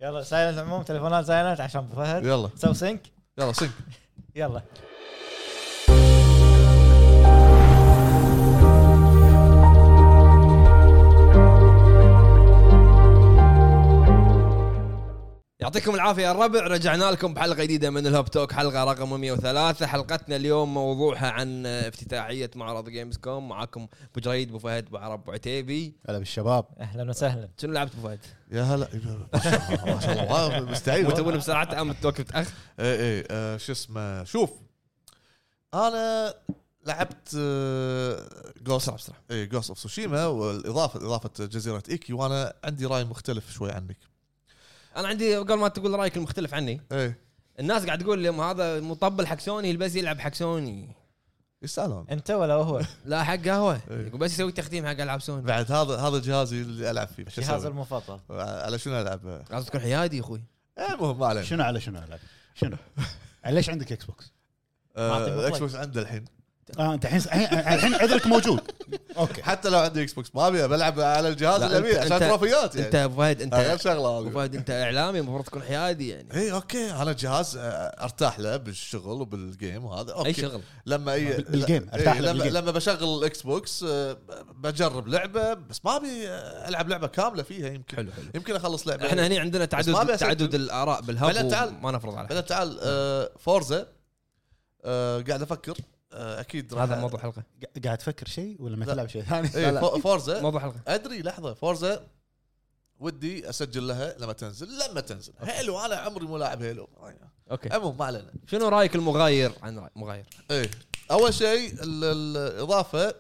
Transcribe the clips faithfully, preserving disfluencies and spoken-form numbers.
يلا سايلنت عموم تليفونات سايلنت عشان ابو فهد. يلا سو سينك. يلا سينك. يلا يعطيكم العافية يا الربع. رجعنا لكم بحلقة جديدة من الهوب توك، حلقة رقم مية وثلاثة. حلقتنا اليوم موضوعها عن افتتاحية معرض جيمز كوم. معاكم ابو جريد، ابو فهد، ابو عرب، ابو عتيبي. هلا بالشباب. اهلا وسهلا. شنو لعبت ابو فهد؟ يا هلا ما شاء الله مستعد. وتبون بسرعة ام توقف تاخ؟ اي اي آه شو اسمه. شوف انا لعبت جوست بسرعة. اي جوست اوف سوشيما، والاضافه اضافه جزيره ايكي، وانا عندي راي مختلف شوي عنك. انا عندي قبل ما تقول رايك المختلف عني، اي الناس قاعد تقول لهم هذا مطبل حق سوني، بس يلعب حق سوني. يسالون انت ولا هو؟ لا حق قهوه، إيه. يقول بس يسوي تختيم حق العاب سوني. بعد هذا هذا جهازي اللي العب فيه. شو جهاز أسوي؟ المفضل. على شنو العب؟ لازم تكون حيادي يا اخوي. المهم ما علينا. شنو على شنو على شنو ليش عندك اكس بوكس؟ آه، اكس بوكس عنده الحين. اه انت الحين الحين عذرك موجود. اوكي حتى لو عندي اكس بوكس ما ابي بلعب على الجهاز اللي ابيه عشان تروفيات يعني. انت ابو فهد، انت غير شغله ابو فهد، انت اعلامي المفروض تكون حيادي يعني. اي اوكي انا جهاز ارتاح له بالشغل وبالجيم وهذا اوكي. اي شغل لما اي بالجيم ارتاح له لما بالجيم. لما بشغل الاكس بوكس بجرب لعبه، بس ما ابي العب لعبه كامله فيها. يمكن حلو حلو. يمكن اخلص لعبه. احنا هني عندنا تعدد تعدد الاراء بالهب، ما نفرض على بعدين تعال آه فورزا. آه قاعد افكر آه اكيد هذا موضوع حلقه. قاعد تفكر شيء ولا ما تلعب شيء ثاني؟ إيه لا فورزا موضوع حلقه. ادري لحظه. فورزا ودي اسجل لها لما تنزل لما تنزل هيلو. انا عمري مو لاعب هيلو. اوكي عموما ما علينا. شنو رايك المغاير عن رأي مغاير؟ ايه اول شيء الاضافه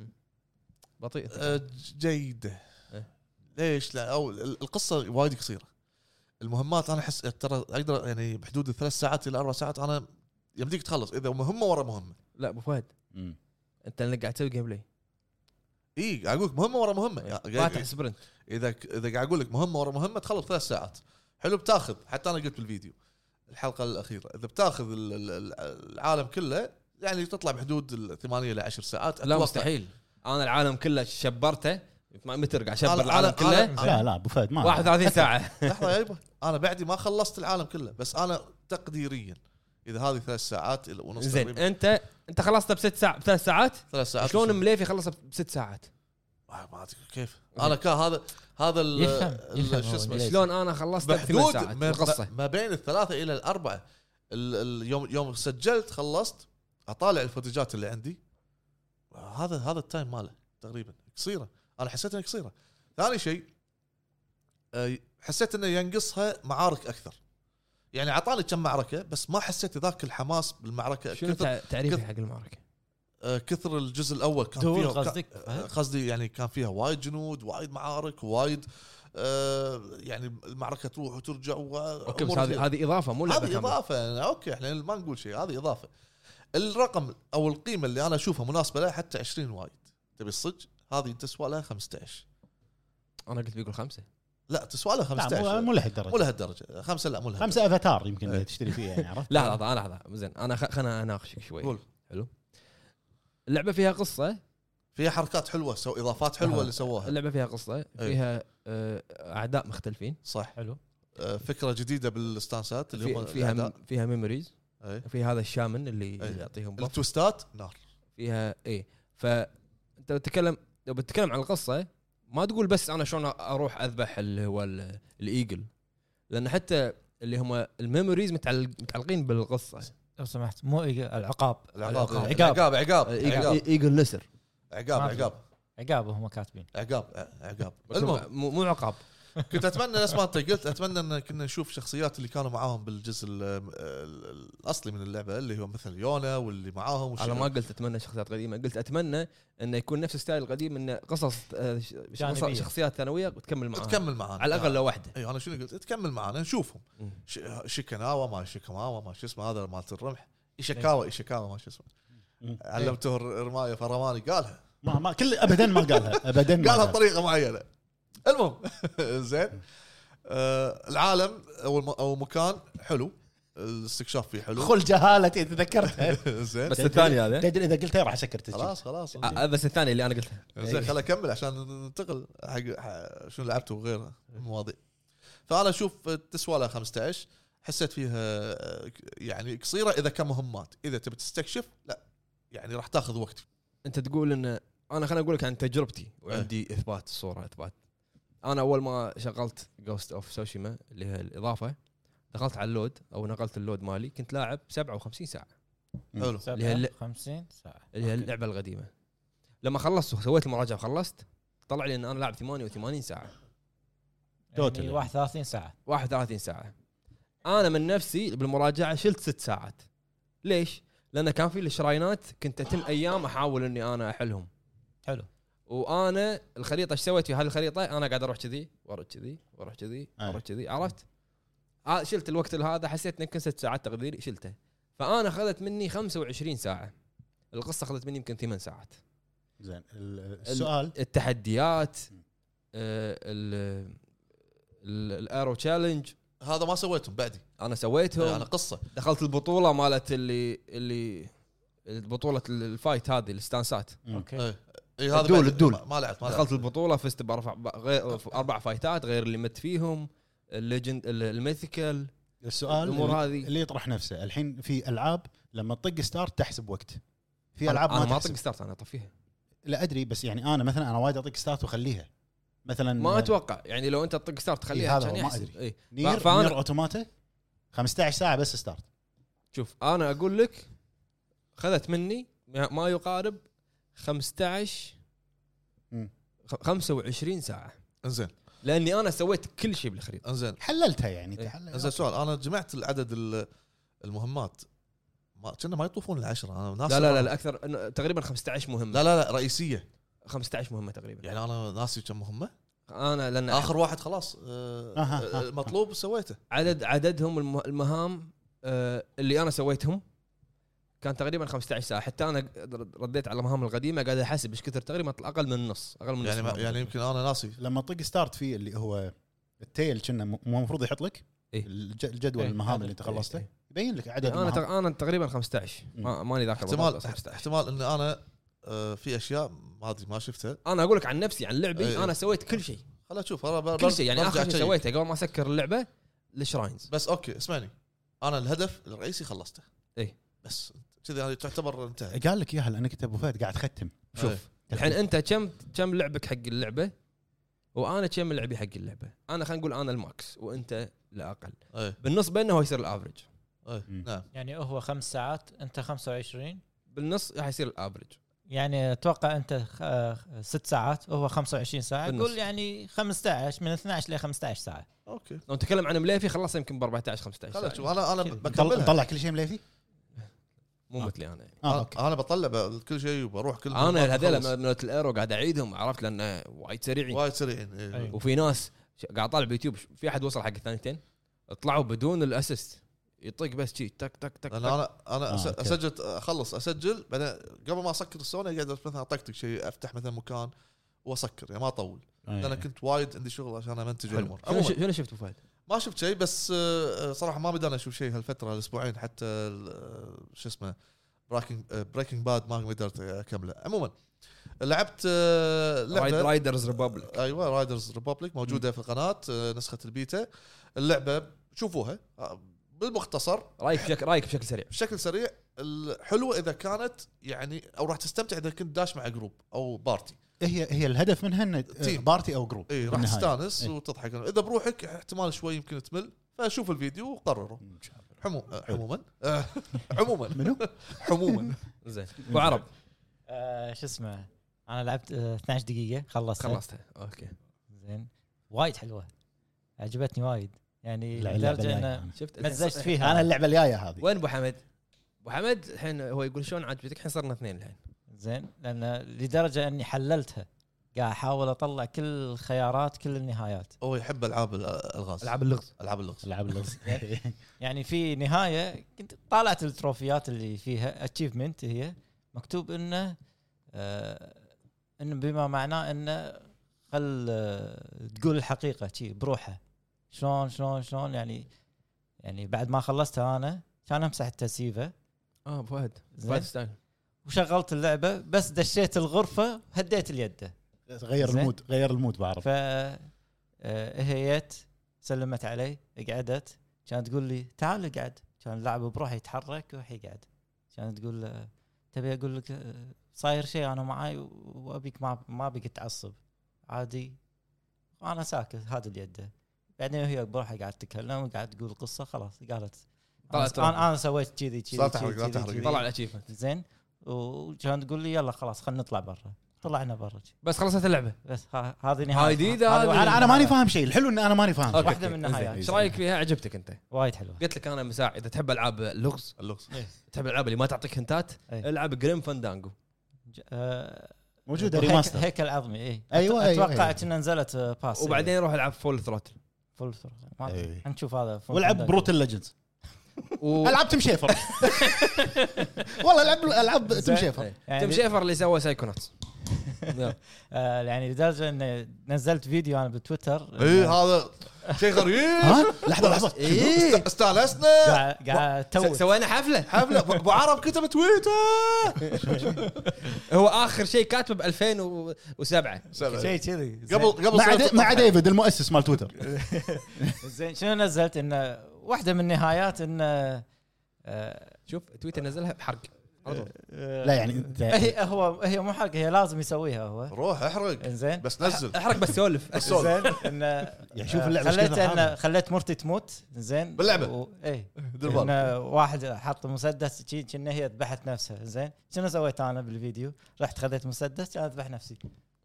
بطيء جيده. إيه؟ ليش لا؟ او القصه وايد قصيره. المهمات انا احس ترى اقدر يعني بحدود الثلاث ساعات الى اربع ساعات انا يمديك تخلص اذا مهمه ورا مهمه. لا ابو فهد، انت اللي قاعد تسوي جيم بلاي. اي قاعد اقول لك مهمه ورا مهمه. فاتح سبرنت. اذا اذا قاعد اقول لك مهمه ورا مهمه تخلص ثلاث ساعات. حلو بتاخذ. حتى انا قلت بالفيديو الحلقه الاخيره اذا بتاخذ العالم كله يعني تطلع بحدود ثمانية الى عشر ساعات. لا مستحيل. انا العالم كله شبرته متر قاعد اشبر العالم كله. لا لا ابو فهد ما واحد وثلاثين ساعه. لحظه يا يبا انا بعدي ما خلصت العالم كله، بس انا تقديريا اذا هذه ثلاث ساعات الى ونص. زين انت انت خلصت بست ساعات بثلاث ساعات ثلاث ساعات شلون مليفي خلص بست ساعات؟ ما ادري كيف انا كا هذا هذا شو اسمه شلون انا خلصت بثمان ساعات القصه ما بين الثلاثه الى الاربعه. اليوم يوم سجلت خلصت اطالع الفوتجات اللي عندي. هذا هذا التايم ماله تقريبا قصيره. انا حسيت انها قصيره. ثاني شيء حسيت انه ينقصها معارك اكثر. يعني عطاني كم معركه بس ما حسيت ذاك الحماس بالمعركه. شنو تعريفي حق المعركه؟ كثر الجزء الاول كان فيها قصدك قصدي يعني كان فيها وايد جنود وايد معارك وايد آه يعني المعركه تروح وترجع. اوكي بس هذه هذه اضافه مو لعبه. هذه اضافه. اوكي احنا ما نقول شيء، هذه اضافه. الرقم او القيمه اللي انا اشوفها مناسبه لها حتى عشرين وايد. تبي الصدق هذه تسوى لها خمسة عشر. انا قلت بيقول خمسة. لا تسوى لها خمسة عشر. مو لهالدرجه. مو لهالدرجه. خمسة لا مو لهالدرجه. خمسة افاتار يمكن اللي تشتري فيها يعني عرفت. لا لا انا لحظه زين انا خلنا اناقشك شوي. قول. حلو. اللعبه فيها قصه، فيها حركات حلوه، سو اضافات حلوه اللي سووها. اللعبه فيها قصه، فيها اعداء مختلفين. صح. حلو. فكره جديده بالستانسات اللي هم فيها الأعداء. فيها ميموريز. أي. في هذا الشامن اللي يعطيهم التويستات نار فيها. ايه فانت بتتكلم لو بتتكلم عن القصه ما تقول بس انا شلون اروح اذبح اللي هو الايجل، لان حتى اللي هم الميموريز متعلقين بالقصه. لو سمحت مو العقاب العقاب عقاب عقاب ايجل نسر عقاب عقاب عقاب هم كاتبين عقاب عقاب. المهم مو عقاب. كنت اتمنى نفس ما انت قلت اتمنى ان كنا نشوف شخصيات اللي كانوا معاهم بالجزء الاصلي من اللعبه اللي هو مثل يونا واللي معاهم. انا ما قلت اتمنى شخصيات قديمه، قلت اتمنى انه يكون نفس ستايل القديم، انه قصص شخصيات ثانويه وتكمل معاهم تكمل معانا على الاقل لو واحده. ايوه انا شنو قلت تكمل معانا نشوفهم. شيكناوا ما شيكماوا ما شو اسمه هذا مالت الرمح ايشيكاوا ايشيكاوا ما شو اسمه علمته رمايه فرماني قالها ما ما كل ابدا ما قالها ابدا قالها بطريقه معينه. المهم زين آه العالم او او مكان حلو، الاستكشاف فيه حلو. خل جهالتي تذكرتها. زين بس الثاني هذا تدري اذا قلتها راح اسكر تسجيل. خلاص خلاص آه بس الثاني اللي انا قلتها زين خل اكمل عشان ننتقل حق شنو لعبته وغيره المواضيع. فانا اشوف تسوى لها خمسة عشر. حسيت فيها يعني قصيره اذا كان مهمات، اذا تبي تستكشف لا يعني راح تاخذ وقت. انت تقول ان انا خليني اقول لك عن تجربتي وعندي أه. اثبات الصوره اثبات. انا اول ما شغلت جوست اوف سوشيما اللي هي الاضافه، دخلت على اللود او نقلت اللود مالي، كنت لاعب سبعة وخمسين ساعه. حلو. اللي هي خمسين ساعه اللي هي اللعبه القديمه. لما خلصت وسويت المراجعه وخلصت طلع لي ان انا لاعب ثمانية وثمانين ساعه توتال، يعني واحد وثلاثين ساعه واحد وثلاثين ساعه. انا من نفسي بالمراجعه شلت ست ساعات. ليش؟ لان كان في الشراينات كنت اتم ايام احاول اني انا احلهم. حلو. وانا الخريطه ايش سويت في هذه الخريطه؟ انا قاعد اروح كذي واروح كذي واروح كذي واروح كذي، عرفت؟ آه شلت الوقت هذا، حسيت اني يمكن ست ساعات تقديري شلته. فانا اخذت مني خمسة وعشرين ساعه. القصه اخذت مني يمكن ثمان ساعات. زين السؤال التحديات آه الارو تشالنج هذا ما سويتهم بعدي، انا سويتهم. انا قصه دخلت البطوله مالت اللي اللي بطوله الفايت هذه الاستانسات. اوكي. اي إيه هذا الدول الدول ما لعبت ما دخلت البطوله فزت باربع غير اربع فايتات غير اللي مت فيهم الليجند الميثيكال. السؤال الامور اللي, هذه اللي يطرح نفسه الحين في العاب لما تطق ستارت تحسب وقت، في العاب أنا ما ما تحسب. اطق ستارت انا اطفيها. لا ادري بس يعني انا مثلا انا وايد اطق ستارت واخليها مثلا. ما اتوقع يعني لو انت تطق ستارت تخليها هذا عشان ما يحسب. ادري اي نير, فأنا- نير اوتوماتا خمسة عشر ساعه بس ستارت. شوف انا اقول لك خذت مني ما يقارب خمسة عشر مم. خمسة وعشرين ساعه، انزين لاني انا سويت كل شيء بالخريطه. انزين حللتها يعني إيه. تحلل. انزين سؤال، انا جمعت العدد ال- المهمات ما كنا ما يطوفون العشرة. انا ناس لا لا لا, لا اكثر إنه تقريبا خمسة عشر مهمه. لا لا لا رئيسيه خمسة عشر مهمه تقريبا. يعني انا ناسي كم مهمه. انا لان اخر واحد خلاص آه أها. آه، مطلوب سويته. عدد عددهم الم- المهام آه، اللي انا سويتهم كان تقريبا خمسة عشر ساعه. حتى انا رديت على المهام القديمه قاعد احسب ايش كثر، تقريبا اقل من النص اقل من يعني النص ما يعني يمكن انا ناسي. لما تطق ستارت فيه اللي هو التيل كنا مو المفروض يحط لك إيه؟ الج- الجدول إيه، المهام هذا. اللي انت خلصته إيه. يبين لك عدد انا المهام. تق... انا تقريبا خمسة عشر ما ماني ذاكر احتمال بالضبط، خمسة عشر. احتمال ان انا آه، في اشياء ما ادري ما شفتها. انا اقول لك عن نفسي عن لعبي إيه. انا سويت كل شيء خل اشوف انا ب- كل شيء يعني برجع اخر شيء أشيك. سويته قبل ما اسكر اللعبه الشراينز. بس اوكي اسمعني، انا الهدف الرئيسي خلصته. إيه. بس كذا يعني تعتبر انتهى. قال لك اياها لانك انت ابو فهد قاعد تختم. شوف إيه. الحين انت كم كم لعبك حق اللعبه وانا كم لعبي حق اللعبه. انا خلينا نقول انا الماكس وانت الاقل، ايه بالنص بيننا هو يصير الافرج. ايه مم. نعم يعني هو خمس ساعات انت خمسة وعشرين، بالنص راح يصير الافرج. يعني اتوقع انت خ- آه، ست ساعات وهو خمسة وعشرين ساعه، بالنص. قول يعني خمسة عشر من اثني عشر ل خمسة عشر ساعه. اوكي لو نتكلم عن مليفي خلص يمكن ب أربعة عشر خمسة عشر خلاص شوف ساعه. انا انا كذا. نطلع بكملها. نطلع كل شيء مليفي. مو مثلي انا يعني. اه اوكي. انا بطلع ب- كل شيء وبروح كل انا هذول بخلص. من الايرو قاعد اعيدهم، عرفت، لان وايد سريعين. وايد سريعين إيه. أيوة. وفي ناس ش- قاعد طالع بيوتيوب في احد وصل حق الثانيتين طلعوا بدون الاسيست، يطق بس شي تك تك تك, لان تك. انا انا آه، أس- أوكي. اسجل اخلص اسجل بعدين قبل ما اسكر السوني قاعد مثلا اطقطق شيء افتح مثلا مكان واسكر يعني ما اطول. لان انا كنت وايد عندي شغل عشان امنتج حلو. الامور. شنو عموما ش- شنو شفت فهد؟ ما شفت شيء بس آه، صراحه ما بدأنا اشوف شيء هالفتره الاسبوعين حتى ال- آه، شو اسمه براكينج بريكنج باد ما قدرت اكمله. عموما لعبت آه، لعبه رايدرز ريبابليك. ايوه رايدرز ريبابليك موجوده في القناه آه، نسخه البيتا. اللعبه شوفوها آه، بالمختصر رايك بشكل رايك بشكل سريع. بشكل سريع. الحلوه اذا كانت يعني او راح تستمتع اذا كنت داش مع جروب او بارتي. هي هي الهدف منها انه تيم. بارتي او جروب. اي راح بالنهاية. تستانس إيه. وتضحك. اذا بروحك احتمال شوي يمكن تمل، فشوف الفيديو وقرروا. إن شاء الله. حمو آه، عموما آه، عموما منو؟ عموما زين ابو عرب آه شو اسمه، انا لعبت آه اثني عشر دقيقه خلصتها. خلصتها اوكي. زين وايد حلوه، عجبتني وايد يعني لا، اللعبة لدرجه الجاية. ان شفت مزجت فيها. انا اللعبه الجايه هذه. وين ابو حمد؟ ابو حمد الحين هو يقول شلون عجبتك؟ الحين صرنا اثنين الحين. زين لان لدرجه اني حللتها، قاعد احاول اطلع كل الخيارات كل النهايات. هو يحب العاب الالغاز العاب اللغز. العاب اللغز. العاب اللغز. يعني في نهايه كنت طالعت التروفيات اللي فيها اتشيفمنت، هي مكتوب انه آه انه بما معناه انه خل آه تقول الحقيقه شي بروحها. شلون شلون شلون يعني يعني بعد ما خلصتها انا كان امسح التسييفه اه ابو فهد زين. فهد ستايل. وشغلت اللعبه، بس دشيت الغرفه هديت اليد. غير زين. المود غير المود بعرف. ف آه، هيت سلمت علي قعدت كانت تقول لي تعال اقعد كان اللاعب بروحه يتحرك وروح يقعد كانت تقول آه، تبي اقول لك آه، صاير شيء انا معاي وابيك ما ما بيك تعصب عادي انا ساكت هذا اللي يده بعدين هي بروحها قاعد تتكلم وقاعد تقول قصه خلاص قالت طلعت انا انا سويت كذي كذي لا تحرق، لا تحرق. طلع الاتشيفمنت زين وكانت تقول لي يلا خلاص خلينا نطلع برا طلعنا برا بس خلصت اللعبه. بس ها- هذه نهايه هاي جديدة هذه هذه. واحدة انا من انا ماني النهايات. فاهم شيء. الحلو ان انا ماني فاهم شيء. أوكي. واحدة من النهايات. ايش رايك فيها؟ عجبتك انت؟ وايد حلوه قلت لك انا مساع اذا تحب العاب اللغز اللغز تحب الالعاب اللي ما تعطيك هنتات أي. العب جريم فاندانجو. ج- آه، موجوده هيك- ريماستر. هيكل عظمي اي أيوة، أيوة، اتوقع أيوة. كنا نزلت آه، باس وبعدين روح العب فول ثروتل فول ثرو. ما أدري. أي. حنشوف هذا فول والعب فاندانجو. بروتل ليجندز. و... العاب تم شيفر. والله العب العاب تم شيفر. يعني تم شيفر اللي سوى سايكوناتس. آه، يعني لدرجه ان نزلت فيديو انا بتويتر اي هذا شيء غريب. ها لحظه لحظه. إيه. است- استانسنا قاعد قاعد س- تو سوينا حفله. حفله ابو عرب كتب تويتر هو اخر شيء كاتبه ب ألفين وسبعة. شيء كذي قبل قبل مع سنة دي- مع ديفيد المؤسس مال تويتر. زين شنو نزلت انه واحده من النهايات انه آه، شوف تويتر نزلها بحرق على طول. آه، لا يعني انت هي هو هي مو حق هي لازم يسويها هو روح احرق انزين بس نزل احرق بس سولف. زين انه يعني شوف آه، اللعبة إيش خليت كثر انه حامل. خليت مرتي تموت زين باللعبة؟ و... ايه دير بالك. انه واحد حط مسدس شي كأنه هي ذبحت نفسها زين شنو سويت انا بالفيديو رحت خذيت مسدس كان اذبح نفسي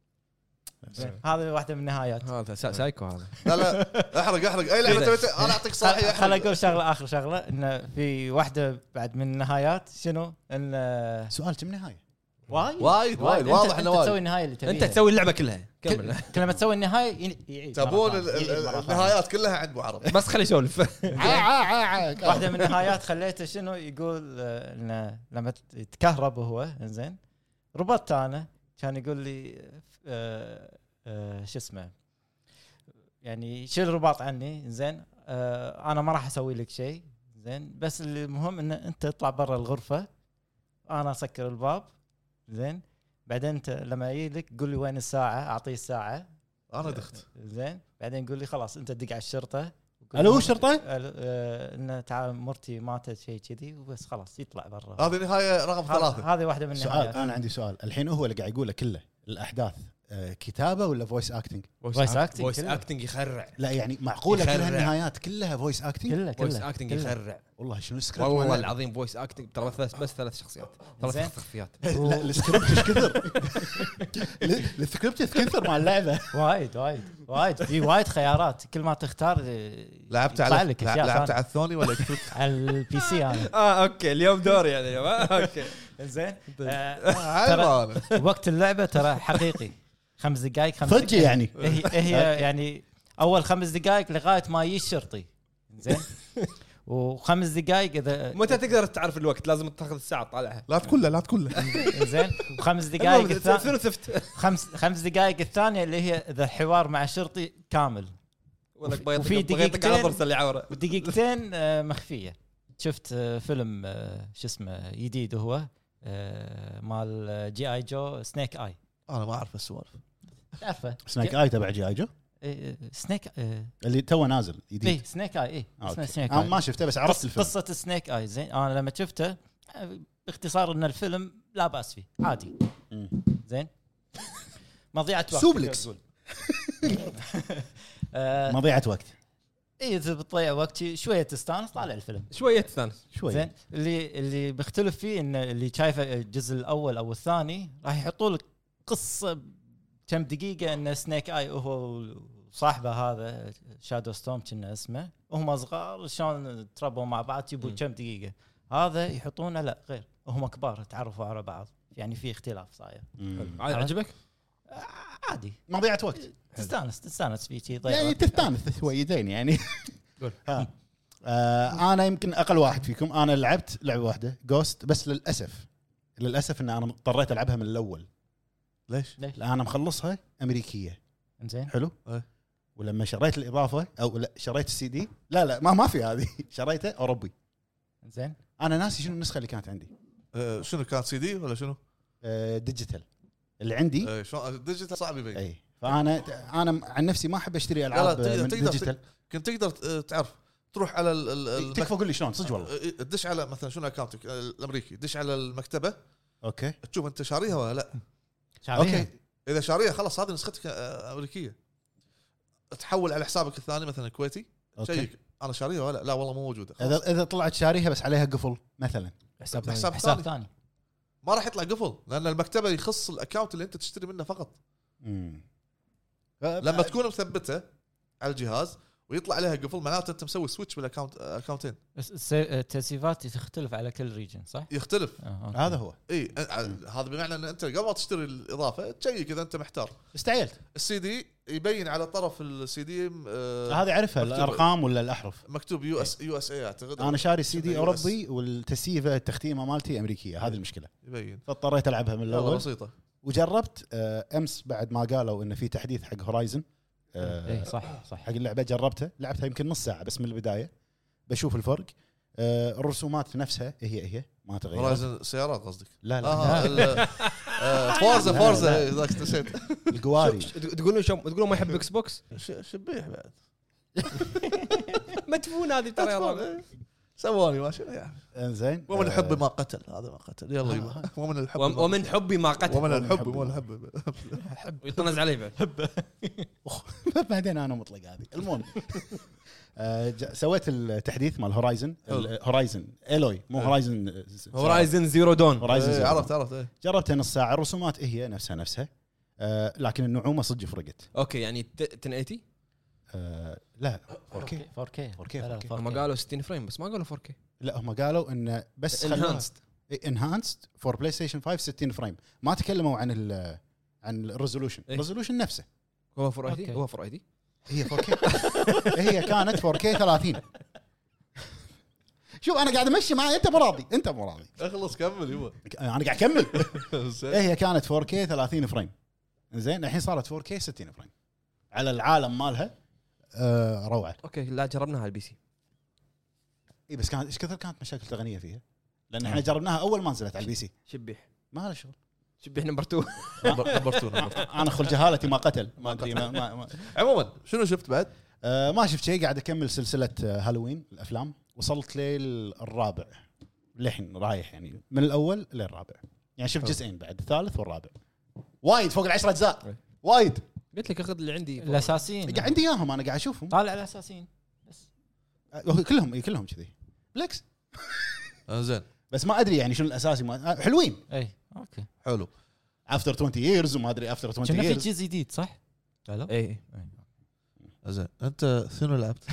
زين هذه واحده من النهايات هذا سا- سايكو هذا. لا لا احرق احرق اي لعبه كذا. تبي- انا اعطيك صلاحيه خل احرق اقول شغله اخر شغله انه في واحده بعد من النهايات شنو ان سؤال كم نهايه؟ وايد وايد وايد أنت- واضح انت انه تسوي وايد النهايه اللي تبيها انت تسوي اللعبه كلها كمل. كل لما تسوي النهايه ي- يعيد مرة تبون ثانية، ال- يعيد ال- مرة ثانية. النهايات كلها عند ابو عرب بس خلي يسولف. واحده من النهايات خليته شنو يقول آه، انه لما تكهرب هو زين ربطت انا كان يقول لي آه، آه، شو اسمه يعني شيل الرباط عني زين آه، انا ما راح اسوي لك شيء زين بس المهم ان انت تطلع برا الغرفه انا اسكر الباب زين بعدين انت لما يجي لك قول لي وين الساعه اعطيه الساعه انا دخت زين بعدين قول لي خلاص انت دق على الشرطه الو الشرطه؟ انه تعال مرتي ماتت شيء كذي وبس خلاص يطلع برا هذه نهايه رقم ثلاثه هذه واحده من سؤال النهايات انا عندي سؤال. الحين هو اللي قاعد يقوله كله الاحداث آه، كتابه ولا فويس اكتنج؟ فويس اكتنج فويس كله. اكتنج يخرع. لا يعني معقوله يخرع. كلها النهايات كلها فويس اكتنج؟ كله فويس كله اكتنج كله. يخرع. والله شنو السكريبت؟ والله مال- العظيم فويس اكتنج ترى بس بس ثلاث شخصيات زين. ثلاث شخصيات. لا السكريبت ايش كثر؟ السكريبت ايش كثر مع اللعبه؟ وايد وايد وايد في وايد خيارات كل ما تختار لعبت يطلع على لك لع- أشياء لعبت ثانية. على الثوني ولا كنت على البي سي انا اه اوكي اليوم دوري يعني اليوم آه، اوكي. زين عيبان وقت اللعبه ترى حقيقي خمس دقائق خمس صدق دقائق. يعني هي, هي يعني اول خمس دقائق لغايه ما يجي الشرطي زين وخمس دقائق اذا متى تقدر تعرف الوقت؟ لازم تاخذ الساعه تطالعها. لا تقول له لا تقول له زين وخمس دقائق الثانيه شنو ثفت؟ خمس خمس دقائق الثانيه اللي هي اذا الحوار مع الشرطي كامل ولك وفي بغيت على دقيقتين- ضرس اللي عوره. ودقيقتين آه، مخفيه شفت آه، فيلم آه، شو اسمه جديد هو آه، مال جي اي جو سنيك اي انا ما اعرف السوالف تعرفه سنيك اي تبع جي اي جو إيه، سنيك ايه اللي تو نازل جديد. سنيك اي ايه آه، اسمه أوكي. سنيك انا اي ما شفته بس عرفت الفيلم. قصه سنيك اي زين انا لما شفته آه، باختصار ان الفيلم لا باس فيه عادي مم. زين مضيعه وقت سوبلكس. تقدر تقول. آه، مضيعه وقت ايه اذا بتضيع وقت شويه تستانس طالع الفيلم شويه ثانس. شوي. زين اللي اللي بيختلف فيه ان اللي شايفه الجزء الاول او الثاني راح يحطوا لك قصه كم دقيقه ان سنيك اي هو صاحبه هذا شادو ستورم كنا اسمه وهم صغار شلون تربوا مع بعض يبوا م. كم دقيقه هذا يحطونه لا غير وهم كبار تعرفوا على بعض يعني في اختلاف صاير مم. عجبك؟ آه، عادي مضيعه وقت تستانس تستانس فيه شيء يعني تستانس شويتين يعني. قول. ها. آه انا يمكن اقل واحد فيكم. انا لعبت لعبه واحده جوست بس للاسف للاسف ان انا اضطريت العبها من الاول ليش؟ ليش لان انا مخلصها امريكيه. زين حلو. أه. ولما شريت الاضافه او لا شريت السي دي لا لا ما ما في هذه شريته اوروبي. زين انا ناسي شنو النسخه اللي كانت عندي. آه، شنو كان سي دي ولا شنو؟ آه ديجيتال اللي عندي. آه، شلون الديجيتال صعب يبين اي فانا انا عن نفسي ما احب اشتري العاب لا، تقدر- من تقدر- ديجيتال. كنت تقدر آه، تعرف تروح على ال- ال- المك- تكفى قول لي شلون صدق والله. آه، تدش على مثلا شنو اكونتك آه، الامريكي، دش على المكتبه اوكي تشوف انت شاريها ولا لا. شعريها. اوكي اذا شاريها خلاص هذه نسختك آه، امريكيه. تحول على حسابك الثاني مثلا الكويتي، اوكي. شيك انا شاريها ولا لا والله مو موجوده. خلاص. اذا اذا طلعت شاريها بس عليها قفل مثلا حساب حساب حساب حساب ثاني ثاني. ما راح يطلع قفل لان المكتبه يخص الاكونت اللي انت تشتري منه فقط. امم لما تكون مثبته على الجهاز ويطلع عليها قفل معناته انت مسوي سويتش بالاكونت اكونتين. بس الس- التسييفات تختلف على كل ريجن صح؟ يختلف. آه، أوكي. هذا هو اي هذا بمعنى ان انت قبل ما تشتري الاضافه تشيك اذا انت محتار. استعجلت. السي دي يبين على طرف السي دي آه هذه اعرفها مكتوب. الارقام ولا الاحرف. مكتوب يو اس يو اس اي اعتقد. انا شاري سي دي يو إس. اوروبي والتسييفه التختيمه مالتي امريكيه، هذه المشكله. يبين فاضطريت العبها من يلا الاول بسيطه. وجربت آه، امس بعد ما قالوا انه في تحديث حق هورايزن اي صح صح. حق اللعبه، جربتها لعبتها يمكن نص ساعه بس من البدايه بشوف الفرق. آه، الرسومات نفسها هي هي ما تغيرت. هورايزن سيارات قصدك؟ لا لا اه ال- آه، فورزا فورزا إيه، ذاك نسيت. القواري تقولون شو تقولون ما يحب اكس بوكس ش- شبيح بعد مدفون هذه ترى يا رجل. سواني ما شنو يعني. انزين. ومن آه، الحب ما قتل هذا ما قتل يلا آه. يبا. ومن الحب ما وم- ومن حبي ما قتل ومن الحب حبي ومن ما- الحب ويطنز عليه بعد. بعدين انا مطلق هذه. المهم آه، ج- سويت التحديث مال هورايزن حلو. هورايزن الوي مو إيه. هورايزن هورايزن زيرو دون. هورايزن إيه، زيرو. عرفت عرفت إيه. جربتها نص ساعه، الرسومات هي نفسها نفسها آه، لكن النعومه صدق فرقت. اوكي يعني ت- عشرة وثمانين. آه، لا فور كي. فور كي فور كي. لا، لا، فور كي. فور هم كي. قالوا ستين فريم بس ما قالوا فور كي. لا هم قالوا انه بس انهانسد. انهانسد فور بلاي ستيشن خمسة ستين فريم، ما تكلموا عن ال عن الريزولوشن. إيه. الريزولوشن نفسه هو فور اي أوكي. هو فور اي هي فور كي. هي كانت فور كي ثلاثين. شوف انا قاعد امشي معي، انت مو راضي انت مو راضي اخلص كمل يبا. انا قاعد اكمل. زين. هي كانت فور كي ثلاثين فريم، زين الحين صارت فور كي ستين فريم على العالم مالها. آه روعه. اوكي لا جربناها على البي سي. اي بس كانت ايش كثر كانت مشاكل تقنيه فيها، لان احنا جربناها اول ما نزلت على البي سي. شبيح ما له شغل. شبيح نمبر اتنين. نمبر نمبر تو نمبر تو. انا خل جهالتي ما قتل ما ادري ما, ما, ما عموما شنو شفت بعد؟ آه ما شفت شيء. قاعد اكمل سلسله آه، هالوين الافلام، وصلت للرابع للحين رايح يعني من الاول للرابع، يعني شفت جزئين بعد الثالث والرابع. وايد فوق العشرة اجزاء إيه. وايد. قلت لك اخذ اللي عندي. الاساسيين قاعد عندي اياهم انا قاعد اشوفهم طالع الاساسيين بس. آه، كلهم إيه، كلهم كذي بلكس. آه، زين بس ما ادري يعني شنو الاساسي ما... آه، حلوين. اي اوكي. حلو. افتر عشرين years وما ادري افتر عشرين كنا في years. جزء جديد صح؟ لا اي زين انت شنو لعبت؟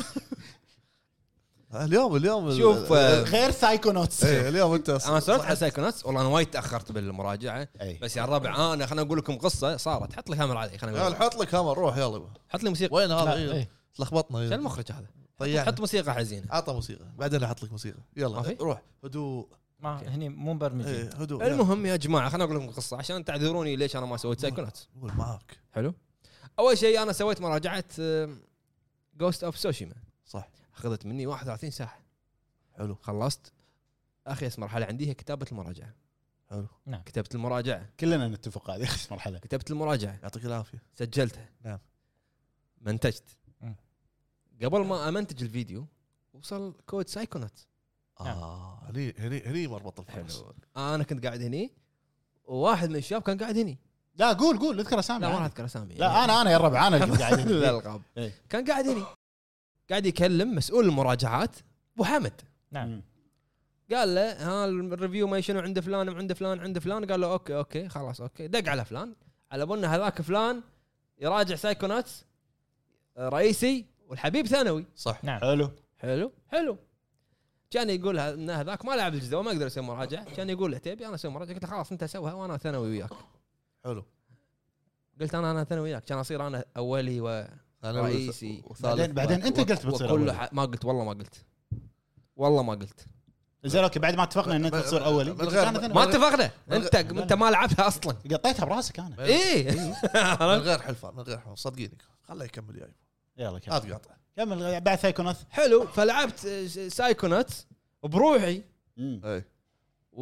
اليوم اليوم شوف، آه، غير سايكونوتس. ايه اليوم انت انا سولفت على سايكوناتس والله انا وايد تاخرت بالمراجعه. اي بس يا الربع انا خليني اقول لكم قصه صارت. حط لي كاميرا علي خليني يلا اقول. حط لك هامر روح يلا يبا. حط لي موسيقى. وين هذا؟ لا، إيه. إيه. تلخبطنا شو إيه. المخرج هذا؟ طيعني. حط موسيقى حزينه. عطى موسيقى بعدين احط لك موسيقى ما يلا في؟ روح هدوء. ما هني مو مبرمجين. ايه هدوء يلا. المهم يا جماعه خليني اقول لكم قصه عشان تعذروني ليش انا ما سويت سايكوناتس. قول معاك. حلو. اول شيء انا سويت مراجعه جوست اوف سوشيما، صح اخذت مني واحد وثلاثين ساعه. حلو خلصت. اخيس مرحله عندي هي كتابه المراجعه. حلو نعم. كتبت المراجعه كلنا نتفق هذه اخر مرحله. كتبت المراجعه يعطيك العافيه. سجلتها. نعم. منتجت. مم. قبل ما امنتج الفيديو وصل كود سايكونات. اه هني هني هني مربط الفرس. حلو. انا كنت قاعد هني وواحد من الشباب كان قاعد هني. لا قول قول اذكر اسامي. لا ما راح عادي. اذكر اسامي. لا انا انا يا الربع انا اللي كنت قاعد هنا. الالقاب. إيه. كان قاعد هني قاعد يكلم مسؤول المراجعات ابو حمد. نعم. مم. قال له ها الريفيو ما شنو عند فلان وعند فلان عند فلان. قال له اوكي اوكي خلاص اوكي. دق على فلان على بنا هذاك فلان يراجع سايكوناتس رئيسي والحبيب ثانوي. صح نعم. حلو. حلو حلو. كان يقول ان هذاك ما لعب الجزء وما اقدر اسوي مراجعه. كان يقول عتيبي انا اسوي مراجعه. قلت له خلاص انت سوها وانا ثانوي وياك. حلو. قلت انا انا ثانوي وياك كان اصير انا اولي و انا رئيسي. بعدين بعدين انت قلت بتصير وكل أولي. ح... ما قلت والله ما قلت والله ما قلت. زين اوكي بعد ما اتفقنا ان انت من- تصير اولي من غير- أنا ثانوي. ما اتفقنا. من انت غير- انت ما لعبتها اصلا. قطيتها براسك انا. ايه من غير حلفان من غير حلفان صدقيني خليه يكمل جاي يلا لا كمل تقاطع. كمل بعد سايكونوث. حلو. فلعبت سايكونات بروحي مم. اي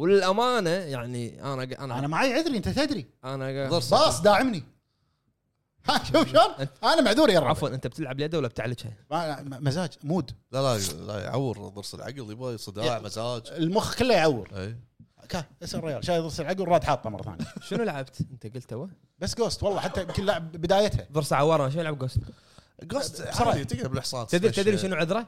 وللامانه يعني انا انا انا معي عذري انت تدري. انا ضرس. باص داعمني. ها شوف شلون انا معذور يا رب. عفوا انت بتلعب اليد ولا بتعالجها؟ ما- مزاج مود لا لا لا يعور ضرس العقل يبغى صداع مزاج. المخ كله يعور. اي كا اسال الرجال شايف ضرس العقل راد حاطه مره ثانيه. شنو لعبت انت قلت تو؟ بس جوست والله حتى يمكن لعب بدايتها ضرس عوار شنو يلعب جوست؟ قصد بسرعة. عادي تقدر بالحصان تدري تمشي. تدري شنو عذره؟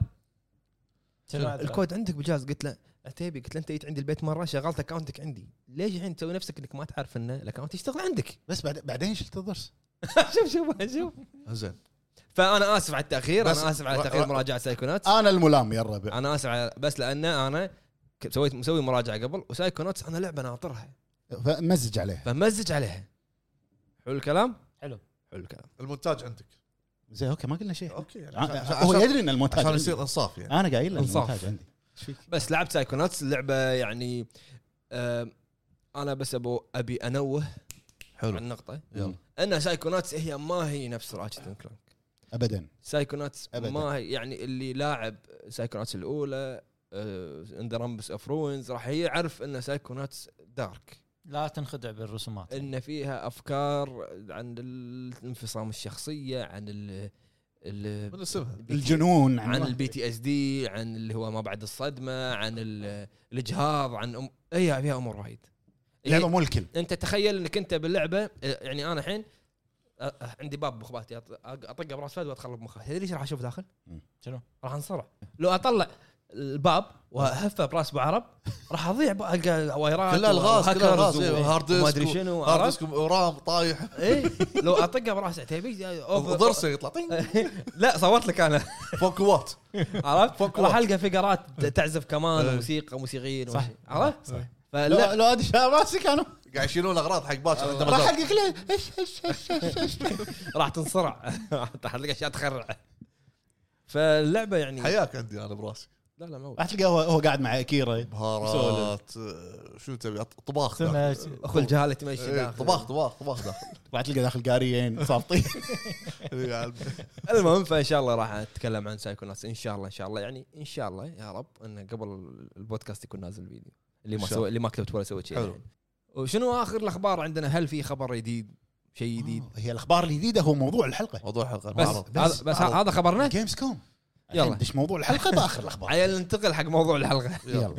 شنو عذره؟ الكود عندك بالجهاز. قلت له عتيبي قلت له انت جيت عندي البيت مره شغلت اكونتك عندي، ليش الحين تسوي نفسك انك ما تعرف ان الاكونت يشتغل عندك؟ بس بعد بعدين شلت الضرس. شوف شوف شوف. زين فانا اسف على التاخير، بس- انا اسف على ر- تاخير ر- مراجعه سايكونات. انا الملام يا الربع. انا اسف على بس لان انا ك- سويت مسوي مراجعه قبل، وسايكوناتس انا لعبه ناطرها فمزج عليه. فمزج عليها. حلو الكلام؟ حلو. حلو الكلام. المونتاج عندك زين اوكي ما قلنا شيء. اوكي يعني ع- عشان- هو عشان- يدري ان المونتاج عشان عندي. يصير انصاف يعني. انا قايل له انصاف. المونتاج عندي. ايش فيك؟ بس لعبت سايكوناتس اللعبه يعني آه انا بس ابو ابي انوه حلو عن نقطه يلا. ان سايكوناتس هي ما هي نفس راتشت اند كلانك. ابدا. سايكوناتس أبداً. ما هي يعني اللي لاعب سايكوناتس الاولى ان ذا رامبس اوف روينز راح يعرف ان سايكوناتس دارك، لا تنخدع بالرسومات. ان فيها افكار عن الانفصام الشخصيه، عن ال ال من اسمها الجنون عن البي تي اس دي، عن اللي هو ما بعد الصدمه، عن ال- الاجهاض، عن أم... هي فيها امور وايد. لعبه هي- مو الكل. انت تخيل انك انت باللعبه يعني انا الحين أ- عندي باب بمخباتي أط- اطقه براس فهد وادخل بمخه، تدري ايش راح اشوف داخل؟ شنو؟ راح انصرع. لو اطلع الباب وهفه براس بعرب راح اضيع بقى، القى وايرات كلها الغاز كلها وهاكرز الغاز و- هارد وما ادري ديسك شنو هارد عرفت؟ ديسك ورام طايح ايه لو اطقه براس عتيبي وضرسه يطلع طين لا صورت لك انا فوق وات عرفت؟ فوق راح وات. القى فقرات تعزف كمان إيه. وموسيقى وموسيقيين صح. وشي. عرفت؟ صح. لو فلا لو هذه راسي كانوا قاعد يشيلون اغراض حق باكر عنده راح مزاج. القى كله ايش ايش ايش ايش راح تنصرع راح تلقى اشياء تخرع. فاللعبه يعني حياك عندي انا براسي لا لا ما راح تلقى هو هو قاعد مع اكيرا بهارات آه، شو تبي طباخ داخل. سمك. اخو الجهاله تمشي إيه، داخل. طباخ طباخ طباخ داخل راح تلقى داخل قاريين صابطين. إيه، يعني المهم فان شاء الله راح اتكلم عن سايكوناتس ان شاء الله ان شاء الله يعني ان شاء الله يا رب انه قبل البودكاست يكون نازل فيديو اللي ما إن شاء سوي اللي ما كتبت ولا سويت شيء حلو. يعني. وشنو اخر الاخبار عندنا؟ هل في خبر جديد شيء جديد؟ هي الاخبار الجديده هو موضوع الحلقه. موضوع الحلقه بس معرض. هذا بس معرض. هذا خبرنا. جيمز كوم. يلا. يلا دش موضوع الحلقه باخر الاخبار. عيال ننتقل حق موضوع الحلقه. يلا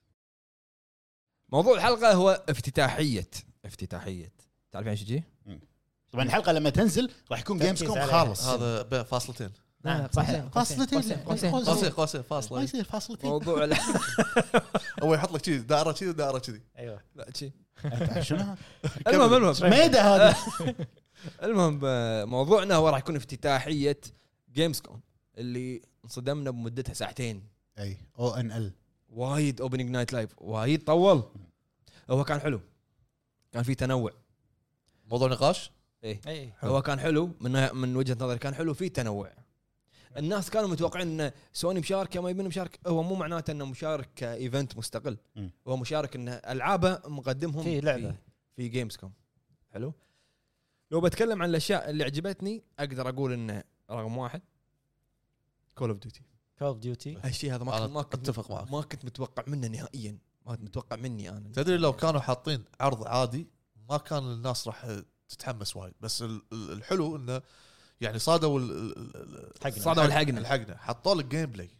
موضوع الحلقه هو افتتاحيه افتتاحيه تعرفين ايش يجي؟ طبعا الحلقه لما تنزل راح يكون جيمز تركيز كوم عليها. خالص. هذا بين فاصلتين نعم صح. فاصلتين فاصلتين قوسين. قوسين قوسين ما فاصله يصير فاصلتين. موضوع ال- هو يحط لك شيء دائره كذي ودائره كذي ايوه لا شي. شنو هذا؟ المهم المهم ميدا هذا. المهم آه، موضوعنا هو راح يكون افتتاحيه جيمز كوم اللي انصدمنا بمدتها ساعتين. اي او ان ال. وايد اوبننج نايت لايف وايد طول. هو كان حلو، كان في تنوع. موضوع نقاش ايه اي هو كان حلو من من وجهه نظري، كان حلو في تنوع. الناس كانوا متوقعين ان سوني مشاركه ما يبين مشارك، هو مو معناته انه مشارك كايفنت مستقل، م. هو مشارك انه العابه مقدمهم في لعبة. في, في جيمز كوم. حلو. لو بتكلم عن الاشياء اللي عجبتني اقدر اقول انه رقم واحد كول اوف ديوتي. كول اوف ديوتي هالشيء هذا ما أنا كنت ما كنت أتفق معك. ما كنت متوقع منه نهائيا، ما كنت متوقع مني انا. تدري لو كانوا حاطين عرض عادي ما كان الناس راح تتحمس وايد، بس ال- ال- الحلو انه يعني صادوا ال- ال- ال- حقنا. صادوا الحقنا. الحقنا حطوا لك جيم بلاي،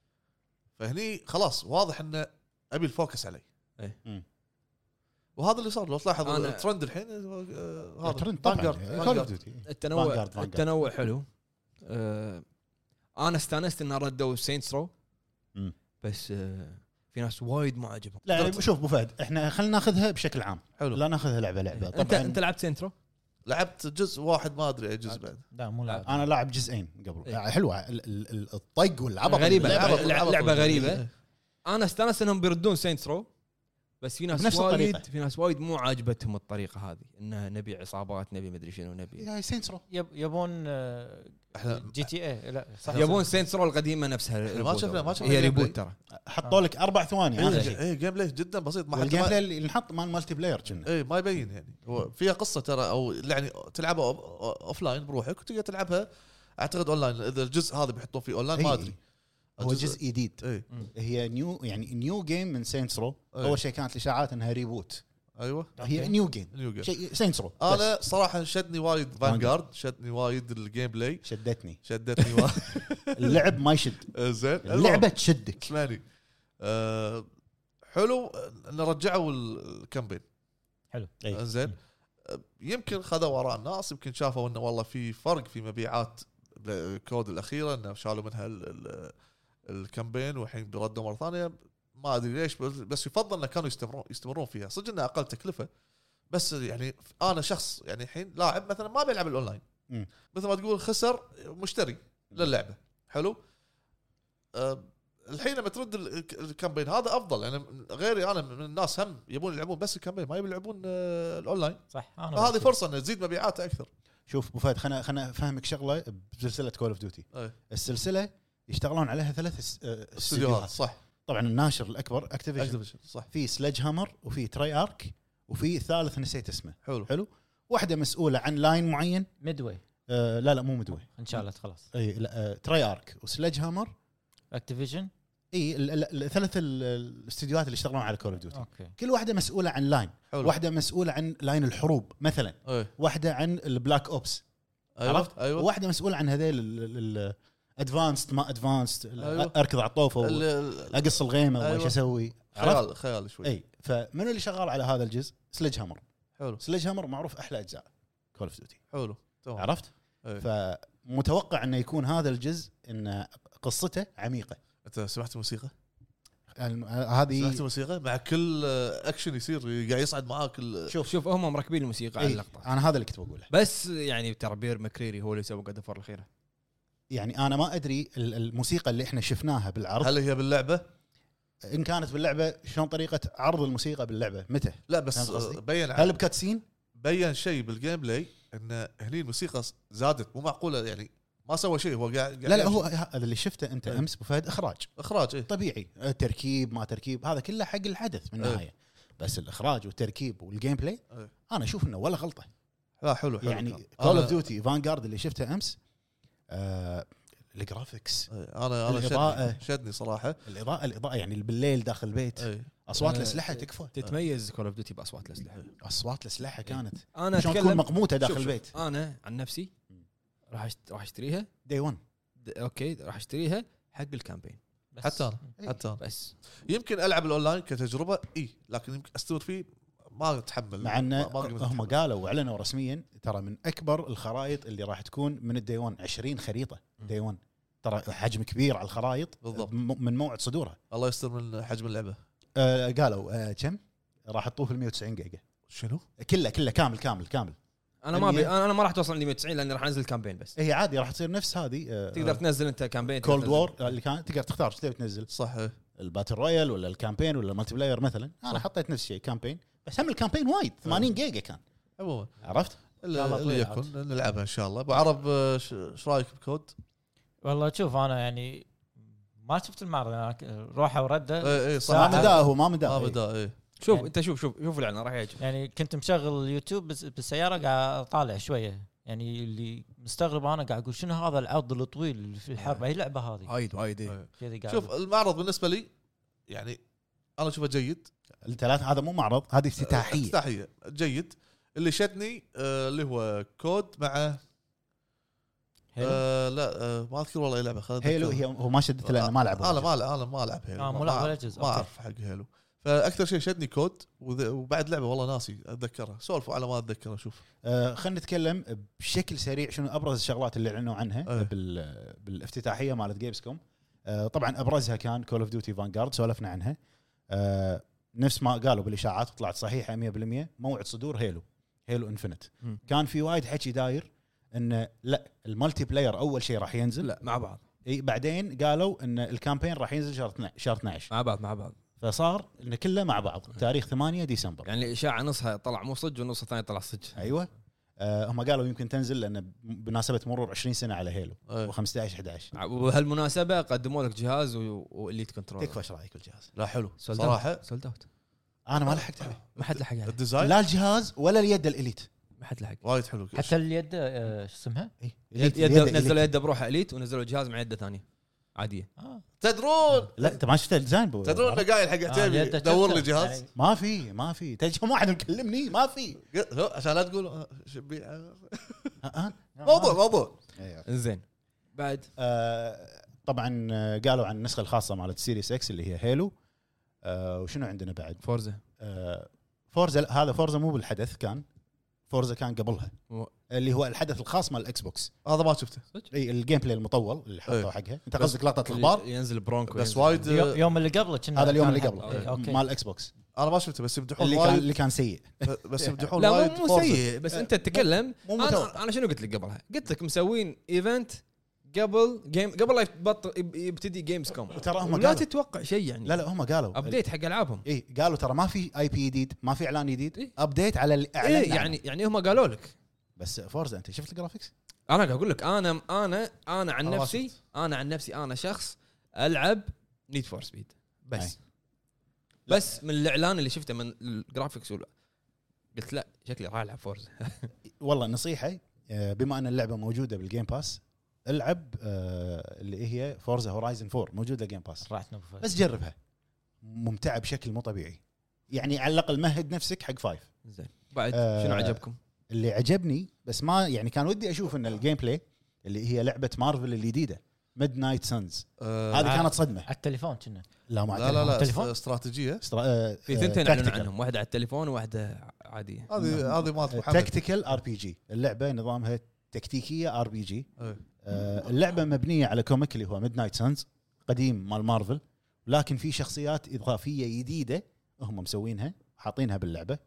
فهني خلاص واضح انه ابي الفوكس عليه. إيه. مم. وهذا اللي صار. لو تلاحظ أنا- الترند الحين آه، هذا ترند طبعا فانجارد. كول اوف فانجارد. ديوتي. التنوع فانجارد، فانجارد. التنوع حلو. آه انا استانست ان ردوا سينتس رو، مم. بس آه في ناس وايد ما عجبهم. لا شوف ابو فهد احنا خلينا ناخذها بشكل عام، حلو. لا ناخذها لعبه لعبه. انت طبعا انت لعبت سينترو؟ لعبت جزء واحد ما ادري اي جزء بعد. لا مو لاعب انا لاعب جزئين قبل. إيه. يعني حلوه ال- ال- ال- الطق والعبط. غريبة. اللعبة. لعبة- لعبة- لعبة غريبة. إيه. انا استانست انهم بيردون سينتس رو، بس في ناس بنفس وايد الطريقة. في ناس وايد مو عاجبتهم الطريقه هذه، انه نبي عصابات نبي مدري شنو نبي. يا سينتس رو. يب يبون آه، احنا جي تي اي لا صح يبون سينتس رو القديمه نفسها. إحنا ما شفنا- ما شفنا هي جيم بلاي. ريبوت ترى. حطوا لك اربع ثواني اخر شيء. اي جيم بلاي جدا بسيط ما والجيم حد بلاي اللي نحط مال مالتي بلاير كنا. اي ما يبين يعني. هو فيها قصه ترى، او يعني تلعبها اوف لاين بروحك وتقدر تلعبها اعتقد اون لاين. اذا الجزء هذا بيحطون فيه اون لاين ما إيه. ادري. هو جزء جديد. اي هي نيو يعني نيو جيم من سينتس رو. إيه. اول شيء كانت الاشاعات انها ريبوت ايوه هي نيو جيم نيو جيم. شيء سينتس رو. انا صراحه شدني وايد فانغارد شدني وايد الجيم بلاي شدتني شدتني وايد اللعب ما يشد زين اللعبه تشدك. اسمعني أه حلو ان رجعوا الكامبين حلو أي. زين يمكن خذوا وراء الناس يمكن شافوا انه والله في فرق في مبيعات الكود الاخيره انه شالوا منها ال ال الكامبين والحين بيردوا مره ثانيه ما ادري ليش بس يفضل انه كانوا يستمرون يستمرون فيها صدق انها اقل تكلفه بس يعني انا شخص يعني الحين لاعب مثلا ما بيلعب الاونلاين م. مثل ما تقول خسر مشتري للعبه حلو أه الحين لما ترد الكامبين هذا افضل يعني غيري انا من الناس هم يبون يلعبون بس الكامبين ما يبون يلعبون الاونلاين صح فهذه فرصه ان تزيد مبيعاته اكثر. شوف ابو فهد خلنا خلنا افهمك شغله بسلسله كول اوف ديوتي. السلسله يشتغلون عليها ثلاث استديوهات صح. طبعا الناشر الاكبر اكتيفيشن صح. في سلج هامر وفي تراي ارك وفي ثالث نسيت اسمه. حلو حلو واحده مسؤوله عن لاين معين ميدوي آه لا لا مو مدوي ان شاء الله خلاص اي لا آه تراي ارك وسلج هامر اكتيفيجن اي الثلاث الاستديوهات اللي يشتغلون على كول اوف ديوتي اوكي كل واحده مسؤوله عن لاين. حلو. واحده مسؤوله عن لاين الحروب مثلا أيه. واحده عن البلاك اوبس أيوة. عرفت أيوة. وواحده مسؤوله عن هذيل الادفانسد ما ادفانسد أيوة. اركض على الطوفه واقص الغيمه أيوة. وايش اسوي خيال خيال شوي. اي فمنو اللي شغال على هذا الجزء سلج هامر. حلو. سلج هامر معروف احلى اجزاء كول اوف ديوتي. حلو تمام. عرفت أيه. فمتوقع انه يكون هذا الجزء ان قصته عميقه. انت سمعت الموسيقى هذه سمعت الموسيقى مع كل اكشن يصير قاعد يصعد معاك شوف شوف هم مركبين الموسيقى على إيه اللقطه. انا هذا اللي كنت بقوله بس يعني ترى بير مكريري هو اللي سوى قد فور الخيره. يعني انا ما ادري الموسيقى اللي احنا شفناها بالعرض هل هي باللعبه ان كانت باللعبه شلون طريقه عرض الموسيقى باللعبه متى لا بس بين هل بكاتسين بين شيء بالجيم بلاي ان هني الموسيقى زادت مو معقوله يعني ما سوى شيء هو قاعد لا لا هو هذا اللي شفته انت أيه. امس بفهد اخراج اخراج إيه؟ طبيعي تركيب ما تركيب هذا كله حق الحدث من النهايه. بس الاخراج والتركيب والجيم بلاي أيه. انا اشوف انه ولا غلطه. لا حلو, حلو يعني كول اوف ديوتي فانغارد اللي شفته امس آه الجرافيكس انا انا الإضاءة. شدني, شدني صراحه الاضاءه الاضاءه يعني بالليل داخل البيت أيه. اصوات أه الاسلحه تكفى تتميز كول اوف ديوتي باصوات الاسلحه. اصوات الاسلحه كانت انا شلون تكون اتكلم مقموته داخل شوف شوف. البيت. انا عن نفسي راح أشت... راح اشتريها دي واحد اوكي راح اشتريها حق الكامبين بس. حتى انا إيه. حتى انا بس يمكن العب الاونلاين كتجربه اي لكن يمكن استمر فيه ما اتحمل مع ان ما- ما أقدر هم أتحمل. قالوا واعلنوا رسميا ترى من اكبر الخرائط اللي راح تكون من الدي واحد عشرين خريطه دي واحد ترى حجم كبير على الخرائط بالضبط. م- من موعد صدورها. الله يستر من حجم اللعبه. آه قالوا آه كم راح تطوف ال مية وتسعين جيجا شنو كله كله كامل كامل كامل. انا ما بي... انا ما راح توصل ل مية وتسعين لاني راح انزل كامبين بس. هي عادي راح تصير نفس هذه آه تقدر تنزل انت كامبين كولد وور اللي كان تقدر تختار ايش تبي تنزل صح إيه. الباتل رويال ولا الكامبين ولا المالتي بلاير مثلا. انا حطيت نفس الشيء كامبين بس هم الكامبين وايد ثمانين جيجا كان عموما عرفت. اللي, الله اللي طويل يكون نلعبها ان شاء الله. ابو عرب ايش رايك بكود؟ والله شوف انا يعني ما شفت المعرض انا روحه ورده اي اي ما صح مداه هو ما مداه ما إيه. بدا اي شوف يعني- انت شوف شوف شوف الاعلان راح يعجب. يعني كنت مشغل اليوتيوب بس بالسياره قاعد اطالع شويه يعني اللي مستغرب انا قاعد اقول شنو هذا العرض الطويل اللي في الحرب اي لعبه هذه وايد وايد إيه. إيه. كذي قاعد شوف المعرض بالنسبه لي يعني انا اشوفه جيد. الثلاث هذا مو معرض هذه افتتاحيه. افتتاحيه جيد. اللي شدني آه اللي هو كود مع هيلو؟ آه لا آه ما اذكر والله اي لعبه خلينا هيلو هي هو ما شدته لانه ما لعب انا ما انا ما العب هيلو آه، مو ما- لعب ما- ولا جزء. ما أوكي. اعرف حق هيلو. فاكثر شيء شدني كود وذ- وبعد لعبه والله ناسي اتذكرها سولفوا على ما اتذكر اشوف. آه خلينا نتكلم بشكل سريع شنو ابرز الشغلات اللي اعلنوا عنها أيه. بال بالافتتاحيه مالت جيمز كوم. آه طبعا ابرزها كان كول اوف ديوتي فانغارد سولفنا عنها. آه نفس ما قالوا بالاشاعات طلعت صحيحه مية بالمية موعد صدور هيلو هيلو انفنت. مم. كان في وايد حكي داير انه لا المالتي بلاير اول شيء راح ينزل لا مع بعض اي بعدين قالوا ان الكامبين راح ينزل شهر اثنا عشر شهر اثناشر مع بعض مع بعض فصار انه كله مع بعض تاريخ ثمانية ديسمبر. يعني الاشاعه نصها طلع مو صج والنص الثاني طلع صج. ايوه آه هم قالوا يمكن تنزل لان بمناسبه مرور عشرين سنه على هيلو أيه. و15 احد عشر. وبهالمناسبه قدموا لك جهاز واليت كنترول. تكفى ايش رايك بالجهاز؟ لا حلو سولد صراحه اوت سولد اوت انا ما لحقت عليه ما حد لحق عليه الديزاين لا الجهاز ولا اليد الاليت. ما حد لحق. وايد حلو. حتى اليد آه، شو اسمها اي يد نزلوا يده بروحه اليت ونزلوا الجهاز مع يده ثانيه عاديه. آه. تدرون لا انت ما شفت الديزاين بو- تدرون انه قايل حق آه، عتيبي جد- دور لي جد- جهاز يعني ما في ما في تجي ما حد مكلمني ما في قلت- هو عشان لا تقول آه، شبي آه، آه. موضوع موضوع أيوه. انزين بعد آه، طبعا آه، قالوا عن النسخه الخاصه مالت سيريس اكس اللي هي هيلو. آه، وشنو عندنا بعد؟ فورزا آه، فورزا لا، هذا فورزا مو بالحدث كان فورزا كان قبلها مو- اللي هو الحدث الخاص مال الاكس بوكس. هذا ما شفته اي الجيم بلاي المطول اللي حطوا إيه. حقها. انت قصدك لقطه البار؟ ينزل برونكو بس ينزل. وايد يو- آه، يوم اللي قبله كنا هذا اليوم اللي كان- قبله إيه، أوكي. مال الاكس بوكس انا ما شفته بس يمدحون اللي كان وايد اللي كان سيء. بس يمدحون لا وايد مو مو فورزا. سيء بس انت تتكلم مو متوقع. انا انا شنو قلت لك قبلها؟ قلت لك مسوين ايفنت قبل جيم قبل لا يبطل يب- يبتدي جيمز كوم وترى هم ولا قالوا تتوقع شيء يعني لا لا هم قالوا ابديت حق العابهم اي قالوا ترى ما في اي بي جديد ما في اعلان جديد إيه. ابديت على اللي اعلن ايه يعني يعني هم قالوا لك بس فورزا انت شفت الجرافيكس؟ انا قاعد اقول لك انا انا انا عن أنا ما نفسي شفت. انا عن نفسي انا شخص العب نيد فور سبيد أي. بس بس من الاعلان اللي شفته من الجرافيكس ولا قلت لا شكلي راح العب فورزا والله نصيحه آه، بما ان اللعبه موجوده بالجيم باس العب آه، اللي هي فورزا هورايزن فور موجوده جيم باس راحتنا بفوز. بس جربها ممتعه بشكل مو طبيعي يعني على الاقل مهد نفسك حق فايف. زين بعد آه، شنو عجبكم؟ اللي عجبني بس ما يعني كان ودي اشوف ان الجيم بلاي اللي هي لعبه مارفل الجديده ميد نايت سانز آه، هذه آه. كانت صدمه. على التليفون كنا لا ما لا لا لا تليفون؟ استراتيجيه استرا... آه، في آه، ثنتين اعلنوا tactical. عنهم واحده على التليفون وواحده عاديه هذه هذه مالت محمد تكتيكال ار بي جي. اللعبه نظامها تكتيكيه ار بي جي. إيه. آه، اللعبه مبنيه على كوميك اللي هو ميد نايت سانز قديم مال مارفل لكن في شخصيات اضافيه جديده هم مسوينها حاطينها باللعبه.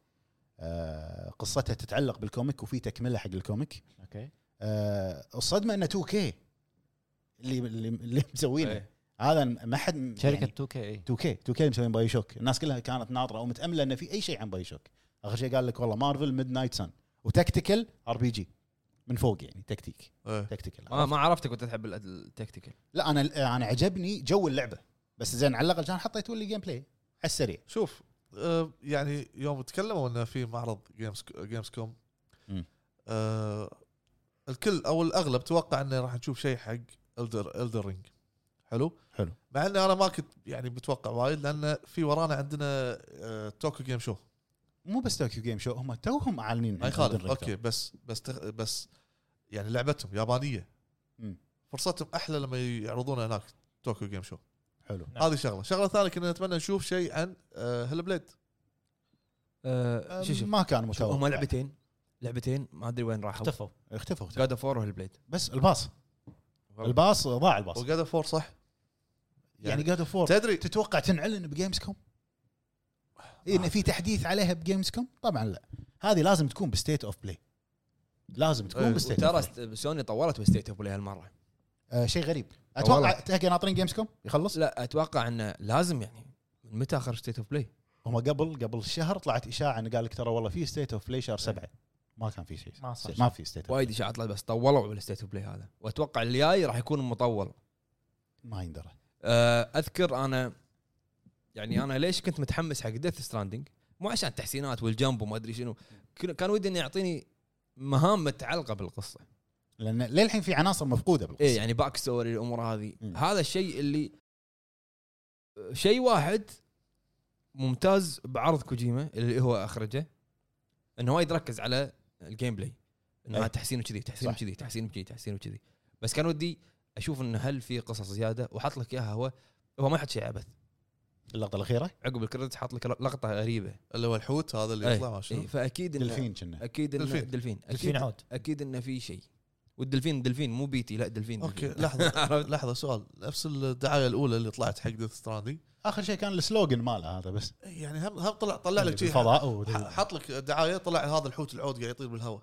آه، قصتها تتعلق بالكوميك وفي تكمله حق الكوميك. اوكي آه، الصدمه انه تو كي اللي اللي, اللي مسوينه إيه. هذا ما حد شركه يعني تو كي اي تو كي تو كي مسوين باي شوك. الناس كلها كانت ناطره ومتامله انه في اي شيء عن باي شوك. اخر شيء قال لك والله مارفل ميد نايت سان وتكتيكال ار بي جي من فوق يعني تكتيك إيه. تكتيكال. ما ما عرفتك كنت تحب التكتيكال لا انا انا عجبني جو اللعبه بس زين على الاقل كان حطيتوا لي جيم بلاي على السريع. شوف آه، يعني يوم تكلموا انه في معرض جيمز جيمز كوم مم. آه، الكل او الاغلب توقع انه راح نشوف شيء حق الدر الدر رينج. حلو حلو. مع اني انا ما كنت يعني متوقع وايد لان في ورانا عندنا آه، توكيو جيم شو مو بس توكيو جيم شو هم توهم معلنين ما يخالف اوكي بس بس تخ... بس يعني لعبتهم يابانيه مم. فرصتهم احلى لما يعرضون هناك توكيو جيم شو. حلو. نعم. هذه شغله شغله ثانيه كنا نتمنى نشوف شيء عن آه، هيل بليد. أه شو شوف ما كان شوف متوقع. هم لعبتين لعبتين ما ادري وين راحوا اختفوا اختفوا جاد اوف وور والبليد بس الباص الباص ضاع الباص. وجاد اوف فور صح يعني جاد اوف تدري تتوقع تنعلن بجيمز كوم؟ إيه ان في تحديث عليها بجيمز كوم؟ طبعا لا. هذه لازم تكون بستيت اوف بلاي. لازم تكون إيه. بستيت ترى اوف بلاي. ست- سوني طورت بستيت اوف بلاي هالمره آه شيء غريب. والله. اتوقع تلقى ناطرين جيمز كوم يخلص. لا اتوقع انه لازم يعني من متى اخر ستيت اوف بلاي؟ هم قبل قبل شهر طلعت اشاعه انه قال لك ترى والله في ستيت اوف بلاي شهر سبعة. ما كان في شيء. ما صار ما في ستيت اوف وايد اشاعات طلعت بس طولوا على الستيت اوف بلاي هذا واتوقع اللي جاي راح يكون مطول. ما يندرى. أه، اذكر انا يعني انا ليش كنت متحمس حق ديث ستراندنج مو عشان تحسينات والجنب وما ادري شنو كن- كان ودي انه يعطيني مهام متعلقه بالقصه لان للحين في عناصر مفقوده بالقصه. ايه يعني باك ستوري الامور هذه مم. هذا الشيء اللي شيء واحد ممتاز بعرض كوجيما اللي هو اخرجه انه وايد يركز على الجيم بلاي انه أي. تحسين وكذي تحسين صح. وكذي تحسين وكذي تحسين وكذي بس كان ودي اشوف انه هل في قصص زياده وحط لك اياها هو هو ما يحط شيء عبث اللقطه الاخيره عقب الكريدت حاط لك لقطه غريبه اللي هو الحوت هذا اللي أي. يطلع ما شنو إيه فاكيد إنه دلفين كنا. اكيد انه دلفين. دلفين دلفين اكيد عود اكيد انه في شيء والدلفين دلفين مو بيتي لا دلفين اوكي دلفين. لحظه لحظه سؤال نفس الدعايه الاولى اللي طلعت حق ديث ستراندي اخر شيء كان السلوجن ماله هذا بس. يعني هم هم طلع طلع لك شيء الفضاء و... ح- حط لك دعايه طلع هذا الحوت العود قاعد يطير بالهواء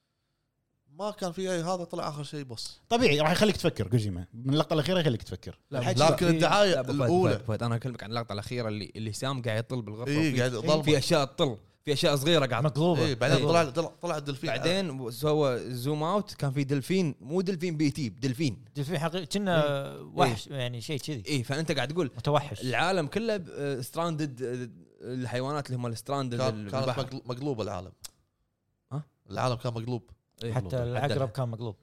ما كان في اي هذا طلع اخر شيء بص طبيعي راح يخليك تفكر كوجيما من اللقطه الاخيره يخليك تفكر. لا لكن في- الدعاية لا، أبو فهد- الأولى. فهد- فهد، انا اكلمك عن اللقطه الاخيره اللي اللي سام قاعد يطل بالغرفه اي وفي- قاعد ضل في اشياء تطل في اشياء صغيره قاعد مقلوبه اي بعدين إيه. طلع طلع, طلع الدلفين بعدين سوى زوم اوت كان في دلفين مو دلفين بي تي دلفين دلفين حقيقي كنا وحش يعني شيء كذي اي فانت قاعد تقول متوحش العالم كله ستراندد الحيوانات اللي هم الستراندد كان كانت بالبحر مقل- مقلوب العالم ها؟ العالم كان مقلوب إيه. حتى العقرب كان مقلوب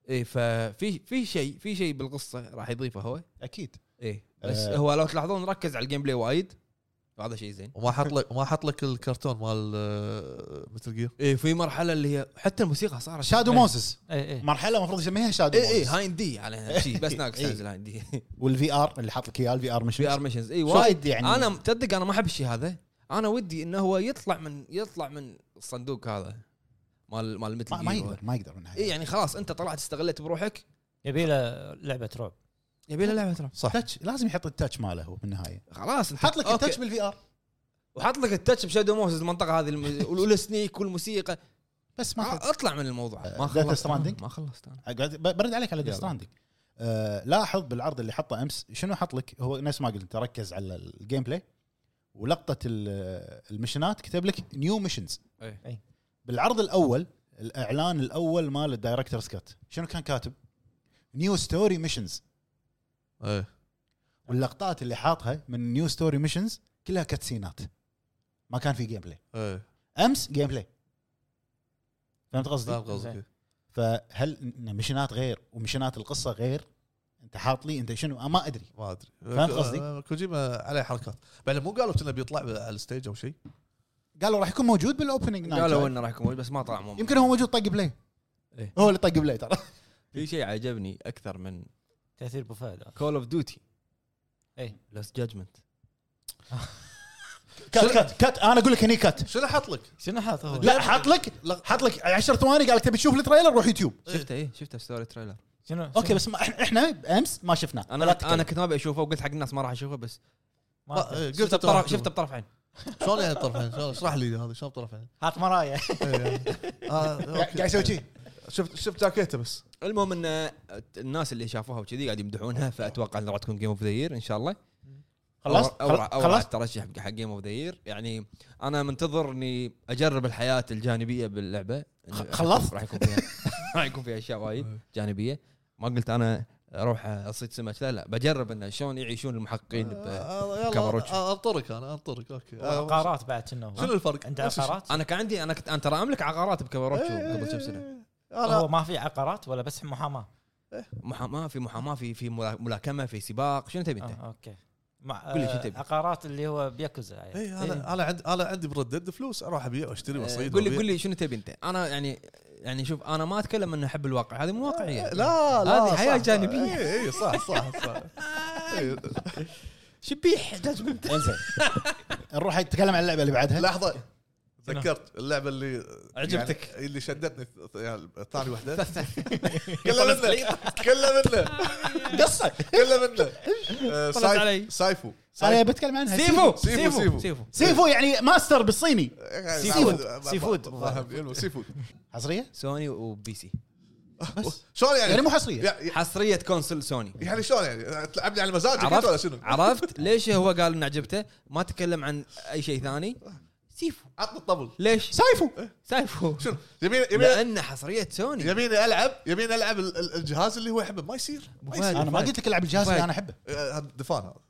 ايه ففي في شيء في شيء بالقصه راح يضيفه هو اكيد. ايه بس أه. هو لو تلاحظون ركز على الجيم بلاي وايد وهذا شيء زين. وما حط لك وما حط لك الكرتون مال مثل جير. ايه في مرحله اللي هي حتى الموسيقى صارت شادو موسس اي اي مرحله المفروض يسميها شادو ايه موسس. ايه هاين دي على شيء بس ناقص إيه. تنزل هاين دي والفي ار اللي حاط لك اياه الفي ار مش في ار ميشنز اي وايد يعني. انا تصدق انا ما احب الشيء هذا. انا ودي انه هو يطلع من يطلع من الصندوق هذا مال مال مثل ما, ما يقدر ما يقدر بالنهاية. اي يعني خلاص انت طلعت استغلت بروحك يبي له لعبه رعب. يبي له لعبه ترى صح. تاتش لازم يحط التاتش ماله هو بالنهايه. خلاص انت حط لك أوكي. التاتش بالفي ار وحط لك التاتش بشادو موسز المنطقه هذه الم... والسنيك والموسيقى بس ما آه، اطلع من الموضوع ما Death خلصت Stranding؟ ما خلصت انا قاعد برد عليك على يلا. ديستراندينج. آه لاحظ بالعرض اللي حطه امس شنو حط لك. هو نفس ما قلت تركز على الجيم بلاي ولقطه ال- المشنات كتب لك نيو ميشنز. أي. أي. بالعرض الاول الاعلان الاول مال الدايركتور سكوت شنو كان كاتب؟ نيو ستوري ميشنز. ايه واللقطات اللي حاطها من نيو ستوري ميشنز كلها كاتسينات ما كان في جيم بلاي. ايه امس جيم بلاي. فهمت قصدي؟ فاهم قصدك. فهل إن مشنات غير ومشنات القصه غير؟ انت حاط لي انت شنو ما ادري. ما ادري فهمت قصدي؟ آه، كوجيما عليه حركات. بعد مو قالوا كنا بيطلع على الستيج او شيء. قالوا راح يكون موجود بالاوبننج قالوا انه راح يكون موجود بس ما طلع موجود. يمكن هو موجود طق بلاي. إيه. هو اللي طق بلاي ترى. في شيء عجبني اكثر من تاثير ابو فهد. كول اوف ديوتي اي لوست جادجمنت. كات كات كات انا اقول لك هني كات. شنو حط لك؟ شنو حاط هو؟ لا حط لك لا. حط لك عشر ثواني قال لك تبي تشوف التريلر روح يوتيوب. شفته ايه شفته ستوري تريلر. شنو اوكي بس ما إحنا- احنا امس ما شفناه. انا ولا تتكلم. انا كنت ما ابي اشوفه وقلت حق الناس ما راح اشوفه بس ما إيه، شفته قلت بطرف شفته بطرف عين. شلون يعني طرف عين؟ شلون اشرح لي هذا شلون طرف عين؟ حاط مرايه. آه، قاعد أوكي. قاعد يسوي شيء. شفت شفت جاكيته بس. المهم ان الناس اللي شافوها وكذي قاعد يمدحونها فاتوقع انها راح تكون جيم اوف ذا يير ان شاء الله. خلصت او او راح خلصت ترشح حق جيم اوف ذا يير. يعني انا منتظر اني اجرب الحياه الجانبيه باللعبه. خ- خلصت؟ راح يكون فيها راح يكون فيها اشياء وايد جانبيه. ما قلت انا اروح اصيد سمك لا لا بجرب انه شلون يعيشون المحققين ب- آه، يلا كاماروتشي. آه، انطرك انا انطرك اوكي. آه، عقارات بعد كنا شنو الفرق؟ عنده نفس الشيء. عقارات. انا كان عندي انا كنت انا ترى املك عقارات بكاماروتشو إيه، قبل كم سنه. انا هو ما في عقارات ولا بس محاماه؟ محاماه في محاماه في في ملا- ملاكمه في سباق شنو تبي انت؟ آه، اوكي. مع قل لي شو آه، تبي؟ عقارات اللي هو بياكوزا يعني. اي انا انا عندي انا عندي بردد فلوس اروح ابيع واشتري واصيد. قول لي وأبيع. قول لي شنو تبي انت؟ انا يعني يعني شوف انا ما اتكلم انه احب الواقع هذه مو واقعيه. لا لا هذه حياة صح. جانبية. اي اي صح صح صح. إي. شبيح جاجمنت. انزين نروح نتكلم عن اللعبه اللي بعدها. لحظه تذكرت اللعبه اللي عجبتك. يعني اللي شدتني يعني ثاني وحده كلها منه كلها منه قصه كلها منه آه، طلعت سايف- علي. سايفو انا بتكلم عنها. سيفو سيفو سيفو سيفو سيفو يعني ماستر بالصيني. سي فود. فود سي فود. فاهم سي فود حصريه سوني وبي سي. شلون يعني يعني مو حصريه. يعني- حصريه كونسول سوني. يعني شلون يعني تلعبني على مزاجك انت ولا عرفت شنو؟ عرفت ليش هو قال انه عجبته ما تكلم عن اي شيء ثاني. سيفو عطني الطبل ليش سايفو سايفو شنو يبين يبين لانه حصريه سوني. يبيني العب يبيني العب ال- ال- الجهاز اللي هو يحبه ما يصير أبو ما فهد. يصير انا ما قلت لك العب الجهاز اللي انا احبه. آه، هذا دفان هذا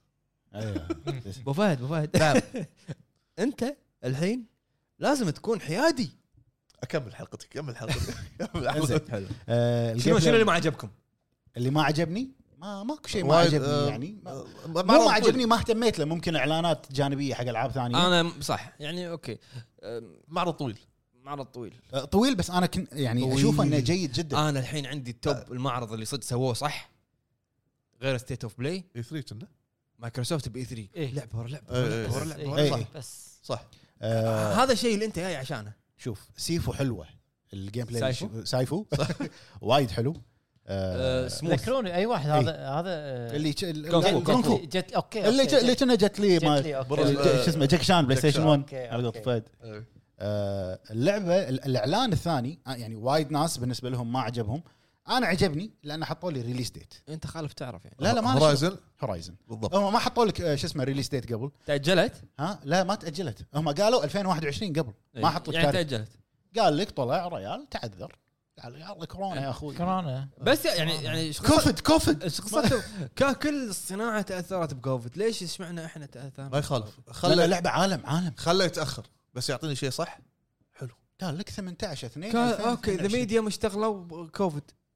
ابو فهد ابو فهد انت الحين لازم تكون حيادي. اكمل حلقتك كمل حلقتك كمل انزين. حلقتك حلو. آه، الجيم شنو شنو بلاي اللي ما عجبكم؟ اللي ما عجبني ما ماكو شيء ما وايد، عجبني آه، يعني ما- آه، مو معرض ما عجبني طويل. ما اهتميت له. ممكن اعلانات جانبيه حق العاب ثانيه. انا صح يعني اوكي أم، معرض طويل معرض طويل. آه، طويل بس انا كنت يعني طويل. اشوفه انه جيد جدا. انا الحين عندي التوب المعرض اللي صدق سووه صح غير ستيت اوف بلاي اي ثلاثة كنا مايكروسوفت باي ثلاثة. إيه. لعبه ورا لعبه إيه، ورا إيه. لعبه ورا بس- لعبه ورا إيه، لعبة. إيه. بس صح آه، هذا الشيء اللي انت جاي عشانه. شوف سيفو حلوه الجيم بلاي. سايفو؟ سايفو وايد حلو. آه، آه، سموث. ذكروني اي واحد إيه. هذا هذا آه، اللي ج- ال- كونغ فو، ال- جت- كونغ فو. جت- جت اوكي اللي ج- أوكي، اللي جت- كنا جت لي جت ما لي، أوكي. برز- ج- شو اسمه جاك شان بلاي جاك ستيشن شان. واحد أوكي، على قولة أوكي. فهد. إيه. آه، اللعبه ال- الاعلان الثاني آه، يعني وايد ناس بالنسبه لهم ما عجبهم. انا عجبني لان حطوا لي ريليس ديت. انت خالف تعرف يعني لا لا ما هورايزن هورايزن بالضبط هم ما حطوا لك آه، شو اسمه ريليس ديت قبل. تاجلت. ها لا ما تاجلت. هم قالوا ألفين وواحد وعشرين قبل ما حطوا لك يعني تاريخ. تاجلت قال لك طلع ريال تعذر قال يلا كورونا يا اخوي. كورونا. بس يعني يعني إيش قصة- كوفيد كوفيد ايش قصته؟ كان كل الصناعه تاثرت بكوفيد ليش اشمعنا احنا تاثرنا؟ ما يخالف لا لا خلى لعبه عالم عالم. خلى يتاخر بس يعطيني شيء صح حلو قال لك ثمانية عشر اثنين كان اوكي ذا ميديا مشتغلوا بكوفيد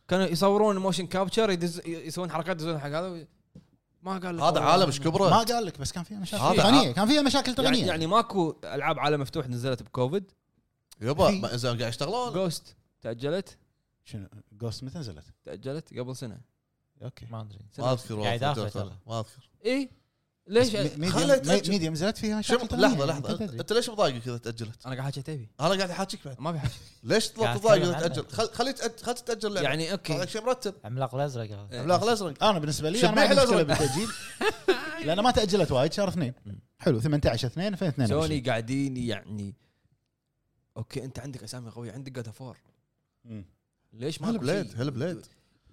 كانوا يصورون موشن كابتشر يدز يسوون حركات يدزون حق هذا ما قال لك هذا عالم ايش كبره. ما قال لك بس كان فيها مشاكل هذا تقنيه كان فيها مشاكل يعني, تقنيه يعني ماكو العاب عالم مفتوح نزلت بكوفيد. يبا في- ما اذا قاعد يشتغلون جوست تاجلت شنو جوست متى نزلت؟ تاجلت قبل سنه اوكي ما ادري ما اذكر والله، قاعد يدافع فكرت ترى. والله، ما اذكر. اي ليش خلها ميديا تأجل. ميديا نزلت فيها شوف مشاكل تقنيه لحظه يعني لحظه أنت تدري. انت ليش مضايقك اذا تاجلت؟ انا قاعد احكي تبي انا قاعد احاكيك بعد. ما بحكي ليش قاعد تضايق أتكلم اذا عنه. تاجل؟ خل خلي تأج- خلي تتاجل اللعبه يعني اوكي هذا شيء مرتب. عملاق الازرق هذا إيه. عملاق الازرق انا بالنسبه لي انا ما شبيح عندي مشكله الأزرق. بالتاجيل لان ما تاجلت وايد شهر اثنين حلو ثمانية عشر اثنين ألفين واثنين وعشرين سوني قاعدين يعني اوكي انت عندك اسامي قويه عندك جاد فور مم. ليش ما هل أكو بليد شيء؟ هل بليد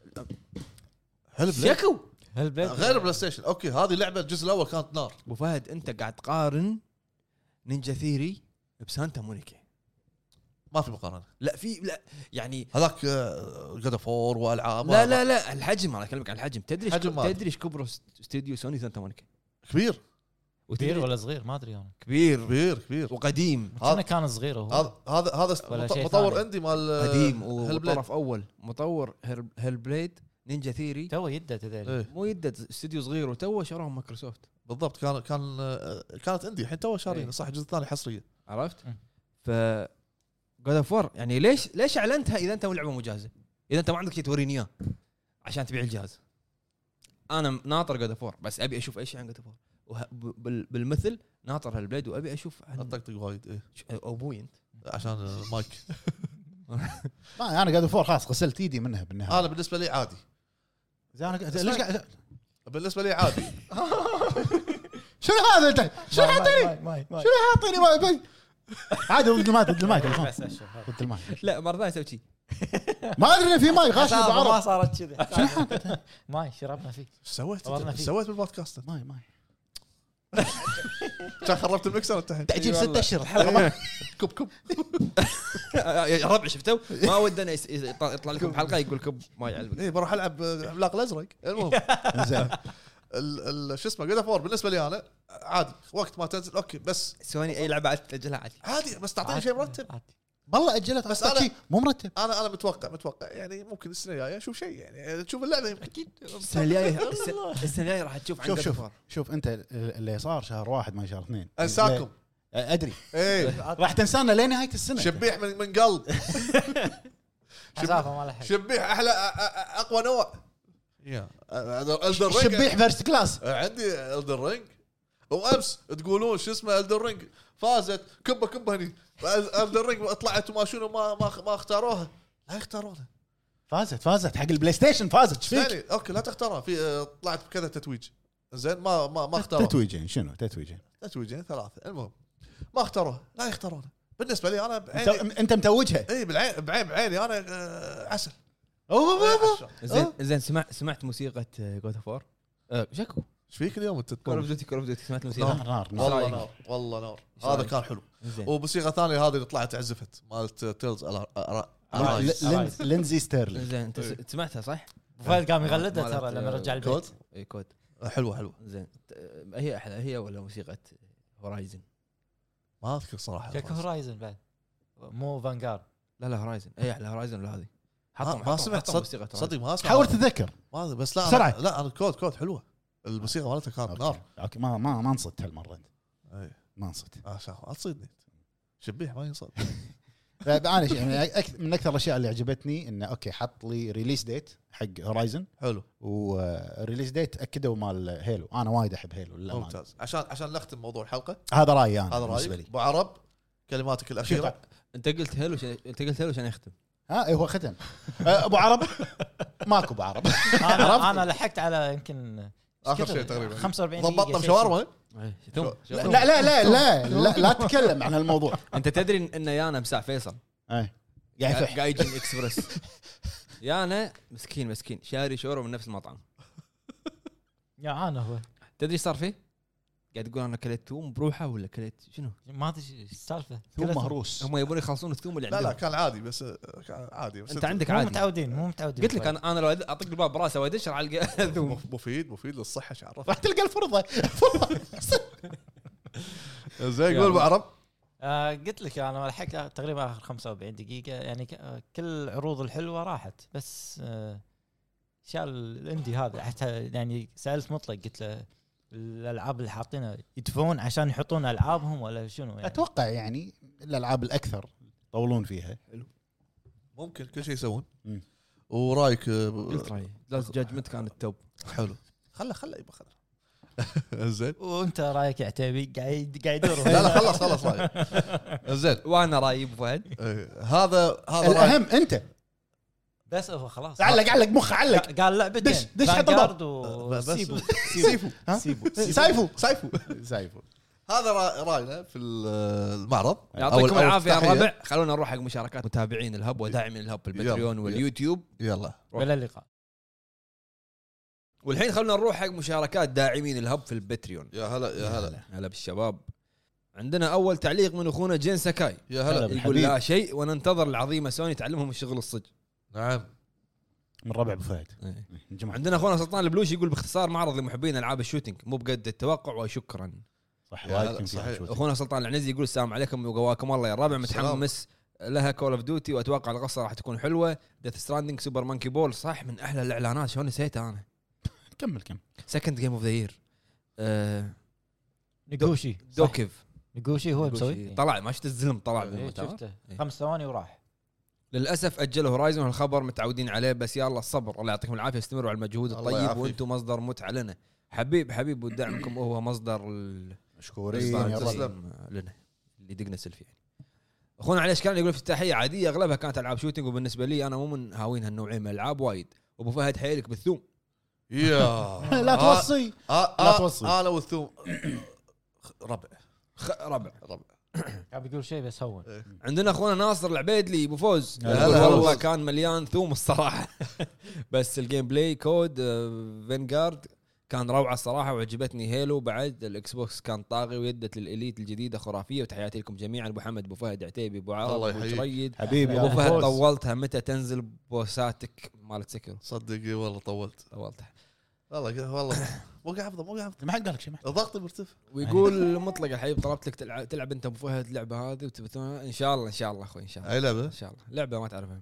هل بليد شكو هالبيت غير بلاي ستيشن. اوكي هذه لعبه الجزء الاول كانت نار. ابو فهد انت قاعد تقارن نينجا ثيري بسانتا مونيكا. ما في مقارنه. لا في لا يعني هذاك جاد فور والعاب لا لا لا الحجم انا اكلمك عن الحجم. تدري حجم إيش- مال. تدري ايش كبر استوديو سوني سانتا مونيكا؟ كبير كبير وتدري ولا صغير ما ادري انا كبير كبير كبير. وقديم كنا كان صغير هو هذا هذا هذا ولا مط- شيء مطور ثاني. اندي مال قديم هيل بليد. وطرف اول مطور هيل بليد نينجا ثيري تو يده هذول إيه مو يدد استوديو صغير وتو شراهم مايكروسوفت بالضبط. كان كان كانت اندي الحين تو شارين إيه. صح الجزء الثاني حصريه. عرفت؟ م. ف جود اوف وور يعني ليش ليش اعلنتها اذا انت لعبه مجازه؟ اذا انت ما عندك شيء توريني اياه عشان تبيع الجهاز. انا ناطر جود اوف وور بس ابي اشوف اي شيء عن جود اوف وور بالمثل ناطر هالبليد وابي اشوف عن اطقطق وايد ايه ش- ابوي انت عشان المايك. ما انا قاعد فور خلاص غسلت ايدي منها بالنهايه انا بالنسبه لي عادي. زين انا ليش قاعد بالنسبه لي عادي. شنو هذا انت شنو حاطيني ماي ماي ماي شنو حاطيني ما بي عادي ضد الماي ضد الماي تلفون بس اشوف هذا. ضد الماي لا مره ثانيه اسوي شيء ما ادري انه في ماي غاش ما بعرض صارت كذا شنو حاطط ماي شربنا فيه ايش سويت؟ والله ايش في. سويت بالبودكاست؟ ماي ماي كان خربت المكسر انت الحين. تاجيل إي ست والله. اشهر الحلقه كب كب. يا ربع شفتوا ما ودنا يس- يطلع يطلع لكم حلقه يقول كب ما يعلمك ايه بروح العب عملاق الازرق. المهم زين ال- ال- شو اسمه جود فور بالنسبه لي انا عادي وقت ما تنزل اوكي بس سوني اي لعبه عاد تاجلها عادي عادي بس تعطيني شيء مرتب. والله اجلت بس بس أنا- شيء مو مرتب انا انا متوقع متوقع يعني ممكن السنه الجايه اشوف شيء يعني تشوف اللعبه اكيد. السنه الجايه السنه السنة الجايه راح تشوف عن شوف God شوف of War. شوف انت اللي صار شهر واحد ما شهر اثنين انساكم ادري ايه راح تنسانا لين نهايه السنه شبيح من من قلب. مسافه ما له حق شبيح احلى أ- أ- اقوى نوع. يا الدر رينج شبيح فيرست كلاس عندي الدر رينج وامس تقولون شو اسمه الدر رينج فازت كبه كبه هني الدر رينج طلعت وما شنو ما ما ما اختاروها. لا يختارونها فازت فازت حق البلاي ستيشن فازت ايش فيك؟ يعني اوكي لا تختارها في آه، طلعت بكذا تتويج زين ما ما ما اختاروها تتويجين شنو تتويجين تتويجين ثلاثه المهم ما اختاروها لا يختارونها. بالنسبه لي انا انت بعيني انت متوجها اي بالعين بعين بعيني انا آه، عسل. أوه، أوه، أوه. عشان. زين زين سمعت سمعت موسيقى جود اوف وور شكو ايش فيك اليوم انت كول اوف تطول؟ ديوتي كول اوف ديوتي سمعت نار الموسيقى نار نار والله رأيك؟ نار والله نار إيش هذا رأيك؟ كان حلو. زين وموسيقى ثانيه هذه اللي طلعت عزفت مالت تيلز لا، لين- لينزي ستيرلينج زين انت س- سمعتها صح؟ فهد قام يغلدها مالت، ترى لما آه، رجع كود البيت اي كود حلوه حلوه زين ت- هي احلى هي ولا موسيقى هورايزن؟ ما اذكر صراحه. جاك هورايزن بعد مو فانجارد لا لا هورايزن هي احلى هورايزن ولا هذه؟ ما- حطهم ما حطهم- سمعت حطهم صدق موسيقى هورايزن. صدق ما اسمع. حاول تتذكر ما أدري، بس لا بسرعة. أنا لا انا كود كود حلوه الموسيقى مالتها كانت نار. اوكي اوكي ما ما ما نصدت هالمره انت اي ما نصدت آه شاف لا تصيدني شبيح ما ينصد. فانا شيء يعني أك- من اكثر الاشياء اللي عجبتني انه اوكي حط لي ريليس ديت حق هورايزن حلو وريليس ديت اكدوا مال هيلو انا وايد احب هيلو للأمانة. ممتاز. عشان عشان نختم موضوع الحلقه هذا رايي انا هذا بالنسبه رايك لي ابو عرب كلماتك الاخيره. انت قلت هيلو عشان انت قلت هيلو عشان يختم. ها إيه هو ختم أه، ابو عرب ماكو ابو عرب انا انا لحقت على يمكن اخر كذا شيء تقريبا خمسة وأربعين دقيقة ضبطنا شيء بشاورما. ثم شو- لا لا لا لا لا, لا تتكلم عن الموضوع انت تدري ان يانا مساع فيصل اي قاعد يفح قاعد يجي اكسبرس يانا مسكين مسكين شاري شورو من نفس المطعم. يا انا هو تدري ايش صار فيه؟ قاعد يقول انا كليت ثوم بروحه ولا كليت شنو؟ ما ادري ايش السالفه ثوم مهروس هم يبون يخلصون الثوم اللي لا عندهم. لا كان عادي بس كان عادي بس انت عندك مو عادي. متعودين مو متعودين قلت لك انا انا لو اطق الباب براسه وادش على الثوم. مف- مفيد مفيد للصحه شعرف. راح تلقى الفرضه زين قول ابو عرب. آه قلت لك انا الحق تقريبا اخر خمسة وأربعين دقيقه يعني ك- كل العروض الحلوه راحت بس آه شال الاندي هذا حتى يعني سالت مطلق قلت له الالعاب اللي حاطينها يدفعون عشان يحطون العابهم ولا شنو يعني اتوقع يعني الالعاب الاكثر يطولون فيها. ممكن كل شيء يسوون. مم. ورايك قلت رايي لاست جاجمنت كان التوب. حلو. خله خله يبا خله. زين. وانت رايك يا عتيبي قاعد قاعد يدور لا لا خلص خلص رايك. زين. وانا رايي ابو فهد إيه، هذا هذا رايك. الاهم انت بس هو خلاص علق علق مخ علق قال لعبتين دش- دش حط فانجارد بس- وسيبو سيفو ها؟ سيبو سايفو سايفو. سايفو هذا را- راينا في المعرض. أو- يعطيكم أو العافيه يا التحية. الربع. خلونا نروح حق مشاركات متابعين الهب وداعمين الهب بالباتريون يلا. واليوتيوب. يلا. ولا اللقاء والحين خلونا نروح حق مشاركات داعمين الهب في الباتريون. يا هلا يا هلا هلا بالشباب. عندنا اول تعليق من اخونا جين ساكاي يا هلا هلا. بالحبيب. يقول لا شيء وننتظر العظيمه سوني تعلمهم الشغل الصج. نعم. من ربع ابو فهد. إيه. جماعة. عندنا اخونا سلطان البلوشي يقول باختصار معرض لمحبين العاب الشوتينج مو بقد التوقع وشكرا. صح يا وايد هلا، كان فيها صحيح. شوت. اخونا سلطان العنزي يقول السلام عليكم وقواكم الله يا الرابع. السلام. متحمس لها كول اوف ديوتي واتوقع القصه راح تكون حلوه. ديث ستراندنج سوبر مانكي بول صح من احلى الاعلانات شلون نسيتها انا. كمل كمل. سكند جيم اوف ذا يير نقوشي دوكيف نقوشي هو مسوي طلع ما شفت الزلم طلع إيه، بالمؤتمر. شفته إيه. خمس ثواني وراح للاسف اجلوا هورايزون الخبر متعودين عليه بس يلا الصبر الله يعطيكم العافيه استمروا على المجهود الله الطيب يعافيك. وانتم مصدر متعه لنا. حبيب حبيب ودعمكم هو مصدر ال- مشكورين يا رب. تسلم. لنا اللي دقنا سلفي يعني. اخونا علي اشكال يقول افتتاحيه عاديه اغلبها كانت العاب شوتنج وبالنسبه لي انا مو من هاوين هالنوعين من الالعاب وايد. وابو فهد حيلك بالثوم. يا لا توصي آه لا آه توصي. انا والثوم ربع خ- ربع. ربع. قاعد بيقول شيء بس هون عندنا اخونا ناصر العبيدلي ابو فوز هلا يقول هلا والله فوز. كان مليان ثوم الصراحه. بس الجيم بلاي كود آه، فينغارد كان روعه الصراحه وعجبتني هيلو بعد. الاكس بوكس كان طاغي ويدت للاليت الجديده خرافيه. وتحياتي لكم جميعا ابو حمد ابو فهد عتيبي ابو عرب الله ابو يحييك. جريد حبيبي يا ابو أبو فهد. فوز. طولتها متى تنزل بوساتك مالت سكر صدق والله طولت طولتها. والله والله مو قاعد افضل مو قاعد افضل ما حد قال لك شيء. ما حد. الضغط مرتفع. ويقول مطلق الحبيب طلبت لك تلعب, تلعب انت ابو فهد اللعبه هذه وتبثونها ان شاء الله ان شاء الله اخوي ان شاء الله اي لعبه ان شاء الله لعبه ما تعرفها.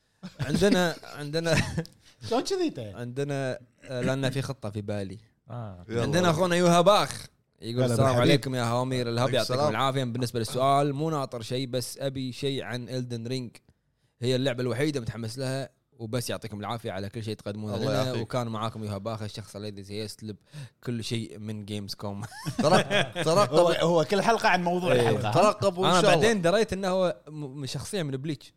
عندنا عندنا شلون كذي انت؟ عندنا آه، لان في خطه في بالي. اه يلا. عندنا اخونا يوها باخ يقول هلا السلام بالحبيب. عليكم يا هوامير الهب عليكم يعطيكم السلام. العافيه. بالنسبه للسؤال مو ناطر شيء بس ابي شيء عن إلدن رينج. هي اللعبه الوحيده متحمس لها وبس. يعطيكم العافيه على كل شيء تقدمونه الله لنا. يعافيك. وكان معاكم يوها باخ الشخص الذي سيسلب كل شيء من جيمز كوم. ترى هو, ترقب هو كل حلقه عن موضوع إيه. الحلقه. ترقب وان انا شاء الله. بعدين دريت انه هو م- شخصيه من بليتش.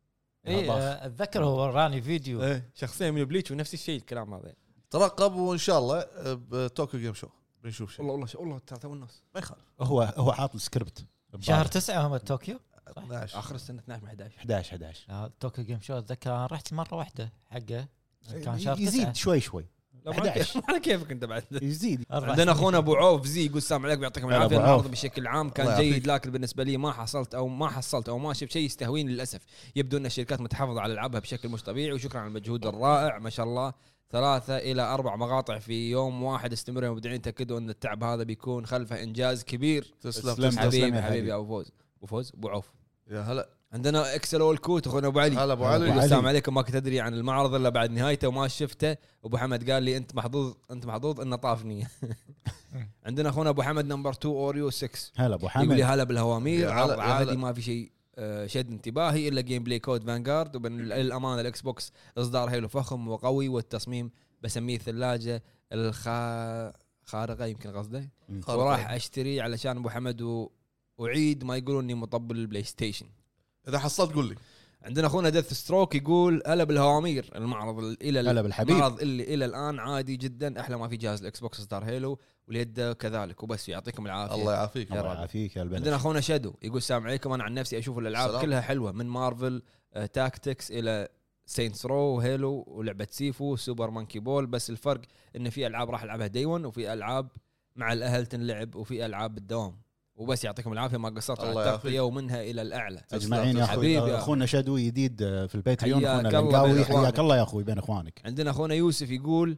اي آه، اتذكر هو وراني فيديو ايه شخصيه من بليتش ونفس الشيء الكلام هذا. ترقب وان شاء الله بتوكيو جيم شو بنشوف شيء والله والله والله ثلاثة ونص ما يخالف. هو هو حاط السكريبت شهر تسعة هم طوكيو اثناشر اخر السنه اثناشر من احد عشر. احد عشر احد عشر. آه، طوكيو جيم شو اتذكر أنا رحت مره واحده حقه كان شهر تسعة يزيد شوي شوي. لا أحد ما عشر. كيف- على كيفك انت بعد. يزيد. أربع عندنا سنين. اخونا ابو عوف زي يقول السلام عليكم يعطيكم هلا العافيه. أبو المعرض عوف. بشكل عام كان الله يعافيك. جيد لكن بالنسبه لي ما حصلت او ما حصلت او ما شفت شيء يستهويني للاسف. يبدو ان الشركات متحفظه على العابها بشكل مش طبيعي وشكرا على المجهود الرائع ما شاء الله. ثلاثة إلى أربع مقاطع في يوم واحد استمروا يا مبدعين. تأكدوا أن التعب هذا بيكون خلفه إنجاز كبير. تسلم تسلم. تسلم. حبيبي يا حبيبي حبيبي. يا أبو فوز أبو فوز أبو عوف. يا هلا عندنا اكسل اول كوت اخونا ابو علي. هلا ابو هلا أبو علي علي. السلام عليكم. ما كنت ادري عن المعرض الا بعد نهايته وما شفته. ابو حمد قال لي انت محظوظ انت محظوظ انه طافني. عندنا اخونا ابو حمد نمبر اثنين اوريو ستة هلا ابو يقول لي حمد. هلا بالهوامير. يا هلا، عرض يا عادي هلا. ما في شيء آه، شد انتباهي الا جيم بلاي كود فانغارد. وبالامانه الاكس بوكس اصدار هيلو فخم وقوي والتصميم بسميه ثلاجه الخا خارقه يمكن قصده. وراح اشتري علشان ابو حمد و... وعيد ما يقولون اني مطبل البلاي ستيشن. اذا حصلت قول لي. عندنا اخونا ديث ستروك يقول هلا بالهوامير. المعرض الى هلا بالحبيب. المعرض اللي الى الان عادي جدا احلى ما في جهاز الاكس بوكس اصدار هيلو واليد كذلك وبس. يعطيكم العافيه. الله يعافيك. يا الله رب. يعافيك يا البلد. عندنا اخونا شادو يقول السلام عليكم. انا عن نفسي اشوف الالعاب سلام. كلها حلوه من مارفل آه، تاكتكس الى سينتس رو وهيلو ولعبه سيفو سوبر مانكي بول. بس الفرق ان في العاب راح العبها دي ون وفي العاب مع الاهل تنلعب وفي العاب بالدوام وبس. يعطيكم العافيه ما قصرت على الله التغطيه يعافيك. ومنها الى الاعلى. اجمعين يا حبيبي اخوي. يا اخونا شادو جديد في الباتريون. حياك اخونا الله بين القاوي إخوانك. حياك الله يا اخوي بين اخوانك. عندنا اخونا يوسف يقول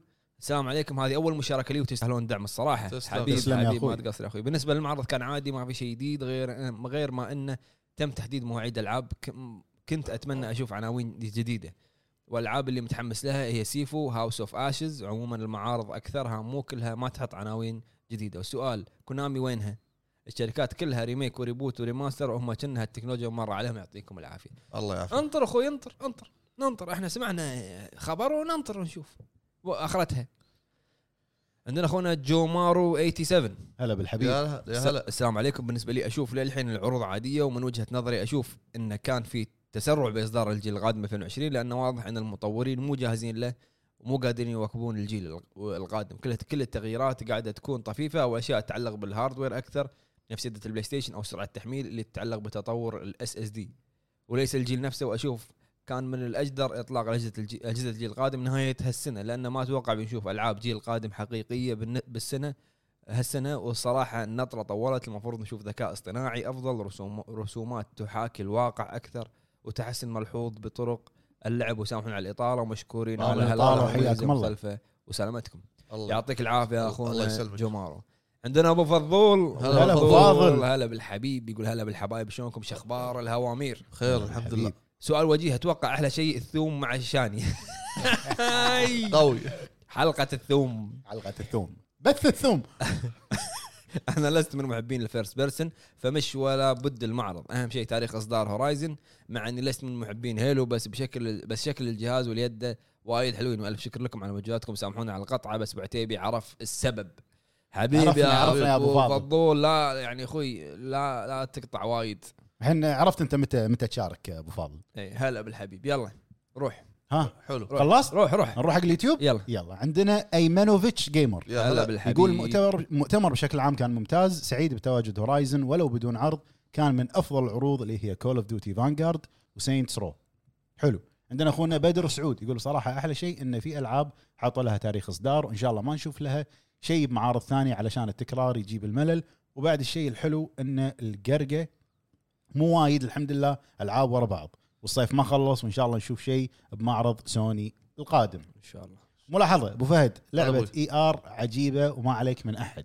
السلام عليكم، هذه اول مشاركه لي وتستاهلون الدعم الصراحه. تسلم. حبيب تسلم يا حبيب أخوي. ما تقصر يا اخوي. بالنسبه للمعرض كان عادي، ما في شيء جديد غير غير ما انه تم تحديد مواعيد العاب. كنت اتمنى اشوف عناوين جديده، والالعاب اللي متحمس لها هي سيفو، هاوس اوف اشز. عموما المعارض اكثرها مو كلها ما تحط عناوين جديده. والسؤال كونامي وينها؟ الشركات كلها ريميك وريبوت وريماستر، وهم كأنها التكنولوجيا مره عليهم. يعطيكم العافيه. الله يعافيك. انطر اخوي انطر انطر ننطر. احنا سمعنا خبر وننطر ونشوف اخرتها. عندنا اخونا جومارو سبعة وثمانين. هلا بالحبيب. يا هلا يا هلا. السلام عليكم. بالنسبه لي اشوف للحين العروض عاديه، ومن وجهه نظري اشوف انه كان في تسرع باصدار الجيل القادم ألفين وعشرين، لانه واضح ان المطورين مو جاهزين له ومو قادرين يواكبون الجيل القادم. كل كل التغييرات قاعده تكون طفيفه، واشياء تتعلق بالهاردوير اكثر، نفس يده البلاي ستيشن او سرعه التحميل اللي تتعلق بتطور الاس اس دي، وليس الجيل نفسه. واشوف كان من الاجدر اطلاق اجهزه الجيل اجهزه الجيل القادم نهايه هالسنه، لانه ما اتوقع بنشوف العاب جيل قادم حقيقيه بالسنه هالسنه. والصراحه النطره طولت. المفروض نشوف ذكاء اصطناعي افضل، رسوم رسومات تحاكي الواقع اكثر، وتحسن ملحوظ بطرق اللعب. وسامحونا على الاطاله، ومشكورين آه، على الإطالة وحياكم الله. وسلامتكم. الله يعطيك العافيه يا الله اخونا يسلمك. جومارو. عندنا ابو فضول. هلا أبو فاضل. هلا بالحبيب. يقول هلا بالحبايب، شلونكم؟ شخبار الهوامير؟ خير الحمد لله. سؤال وجيه. اتوقع احلى شيء الثوم مع الشاني. قوي. حلقه الثوم. حلقه الثوم، بث الثوم. انا لست من محبين الفيرست بيرسون، فمش ولا بد المعرض. اهم شيء تاريخ اصدار هورايزن، مع اني لست من محبين هيلو، بس بشكل بس شكل الجهاز واليد وايد حلوين. والف شكر لكم على مجهوداتكم. سامحونا على القطعه، بس بعتيبي عرف السبب. حبيبي عرفنا- يا عرفنا يا أبو فاضل. فضول. لا يعني اخوي، لا لا تقطع وايد. الحين عرفت انت متى متى تشارك يا ابو فاضل. اي هلا بالحبيب. يلا روح ها حلو. روح. خلصت؟ روح روح نروح حق اليوتيوب. يلا. يلا عندنا ايمانوفيتش جيمر. يا هلا هلا. بالحبيب. يقول المؤتمر مؤتمر بشكل عام كان ممتاز، سعيد بتواجد هورايزن ولو بدون عرض. كان من افضل العروض اللي هي كول اوف ديوتي فانغارد وساينتس رو. حلو. عندنا اخونا بدر سعود يقول صراحه احلى شيء ان في العاب حاطوا لها تاريخ اصدار، وان شاء الله ما نشوف لها شيء بمعارض ثانيه علشان التكرار يجيب الملل. وبعد الشيء الحلو ان القرقه مو وايد الحمد لله العاب ورا بعض، والصيف ما خلص، وان شاء الله نشوف شيء بمعرض سوني القادم ان شاء الله. ملاحظه ابو فهد، لعبه أبوي. اي ار عجيبه وما عليك من احد.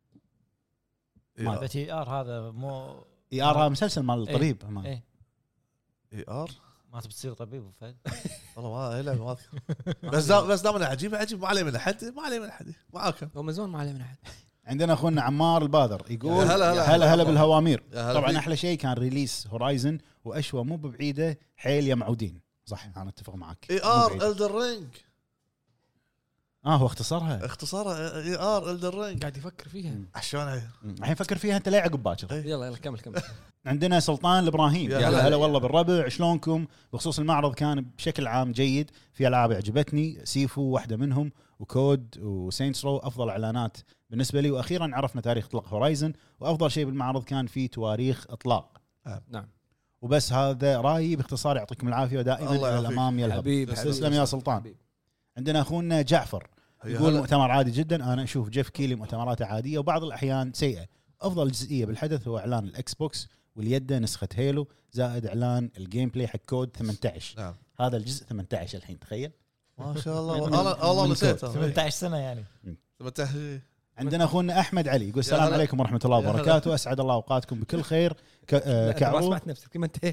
لعبه اي ار هذا مو اي ار هذا مسلسل مال الطبيب. ما- ايه اي ار. ما تبي تصير طبيب ابو فهد. والله ما هي لعبه ما اذكر. بس دام بس دام انها عجيبه عجيب، ما عليه من احد، ما عليه من احد معاك. هو مزون ما عليه من احد. عندنا اخونا عمار البادر يقول يا هلا هلا. هلا هلا بالهوامير. يا هلا طبعا فيك. احلى شيء كان ريليس هورايزن، واشوى مو ببعيده حيل يا معودين. صح انا اتفق معك. اي مو ار بعيدة. الدر رينج. اه هو اختصرها. اختصارها اي ار الدر رينج. قاعد يفكر فيها. عشان هي. مم. الحين فكر فيها انت لا عقب باكر. إيه. يلا يلا كمل كمل. عندنا سلطان الابراهيم يا يا هلا. هلا والله بالربع، شلونكم؟ بخصوص المعرض كان بشكل عام جيد، في العاب عجبتني، سيفو واحده منهم، وكود وساينتس رو افضل اعلانات بالنسبه لي. واخيرا عرفنا تاريخ اطلاق هورايزن، وافضل شيء بالمعرض كان في تواريخ اطلاق. نعم. وبس هذا رايي باختصار. يعطيكم العافيه ودائما الله الى يعافيك. الامام يلهب. حبيب تسلم يا سلطان. عندنا اخونا جعفر يا يقول هلا. المؤتمر عادي جدا، انا اشوف جيف كيلي مؤتمراته عاديه وبعض الاحيان سيئه. افضل جزئيه بالحدث هو اعلان الاكس بوكس واليده نسخه هيلو، زائد اعلان الجيم بلاي حق كود ثمانية عشر. نعم. هذا الجزء ثمانية عشر الحين تخيل. ما شاء الله. من- انا والله من نسيت. كود. ثمانية عشر سنه يعني. ثمانية. عندنا اخونا احمد علي يقول يا السلام هلا. عليكم ورحمه الله يا هلا. وبركاته، اسعد الله اوقاتكم بكل خير. ك... آه، ما كعروض سمعت نفسك كما انت.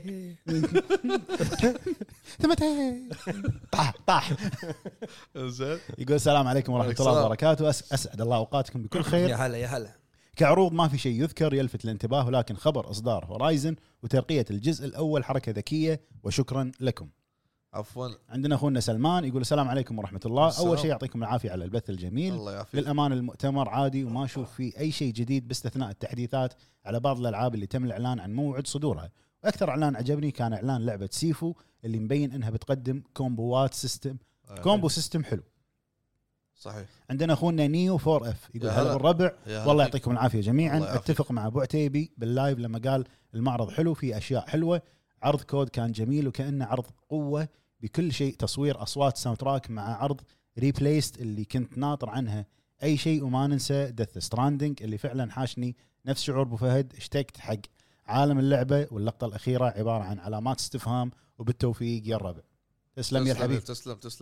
ثمانية عشر. طاح طاح. زين. يقول السلام عليكم ورحمه وعليكم الله السلام. وبركاته، أس... اسعد الله اوقاتكم بكل خير. يا هلا يا هلا. كعروض ما في شيء يذكر يلفت الانتباه، ولكن خبر اصدار هورايزن وترقيه الجزء الاول حركه ذكيه، وشكرا لكم. عفوا. عندنا اخونا سلمان يقول السلام عليكم ورحمه الله. السلام. اول شيء يعطيكم العافيه على البث الجميل. الله يعافيك. للامان المؤتمر عادي وما اشوف فيه اي شيء جديد باستثناء التحديثات على بعض الالعاب اللي تم الاعلان عن موعد صدورها. واكثر اعلان عجبني كان اعلان لعبه سيفو اللي مبين انها بتقدم كومبوات سيستم كومبو سيستم حلو. صحيح. عندنا اخونا نيو فور اف يقول يا هلا هلا. بالربع. يا هلا والله فيك. يعطيكم العافيه جميعا. الله يعافيك. اتفق مع ابو عتيبي باللايف لما قال المعرض حلو، في اشياء حلوه. عرض كود كان جميل وكانه عرض قوه بكل شيء، تصوير، اصوات، ساوند تراك، مع عرض ريبليست اللي كنت ناطر عنها اي شيء. وما ننسى دث ستراندنج اللي فعلا حاشني نفس شعور ابو فهد. اشتقت حق عالم اللعبه، واللقطه الاخيره عباره عن علامات استفهام. وبالتوفيق يا الربع. تسلم يا الحبيب. تسلم تسلم.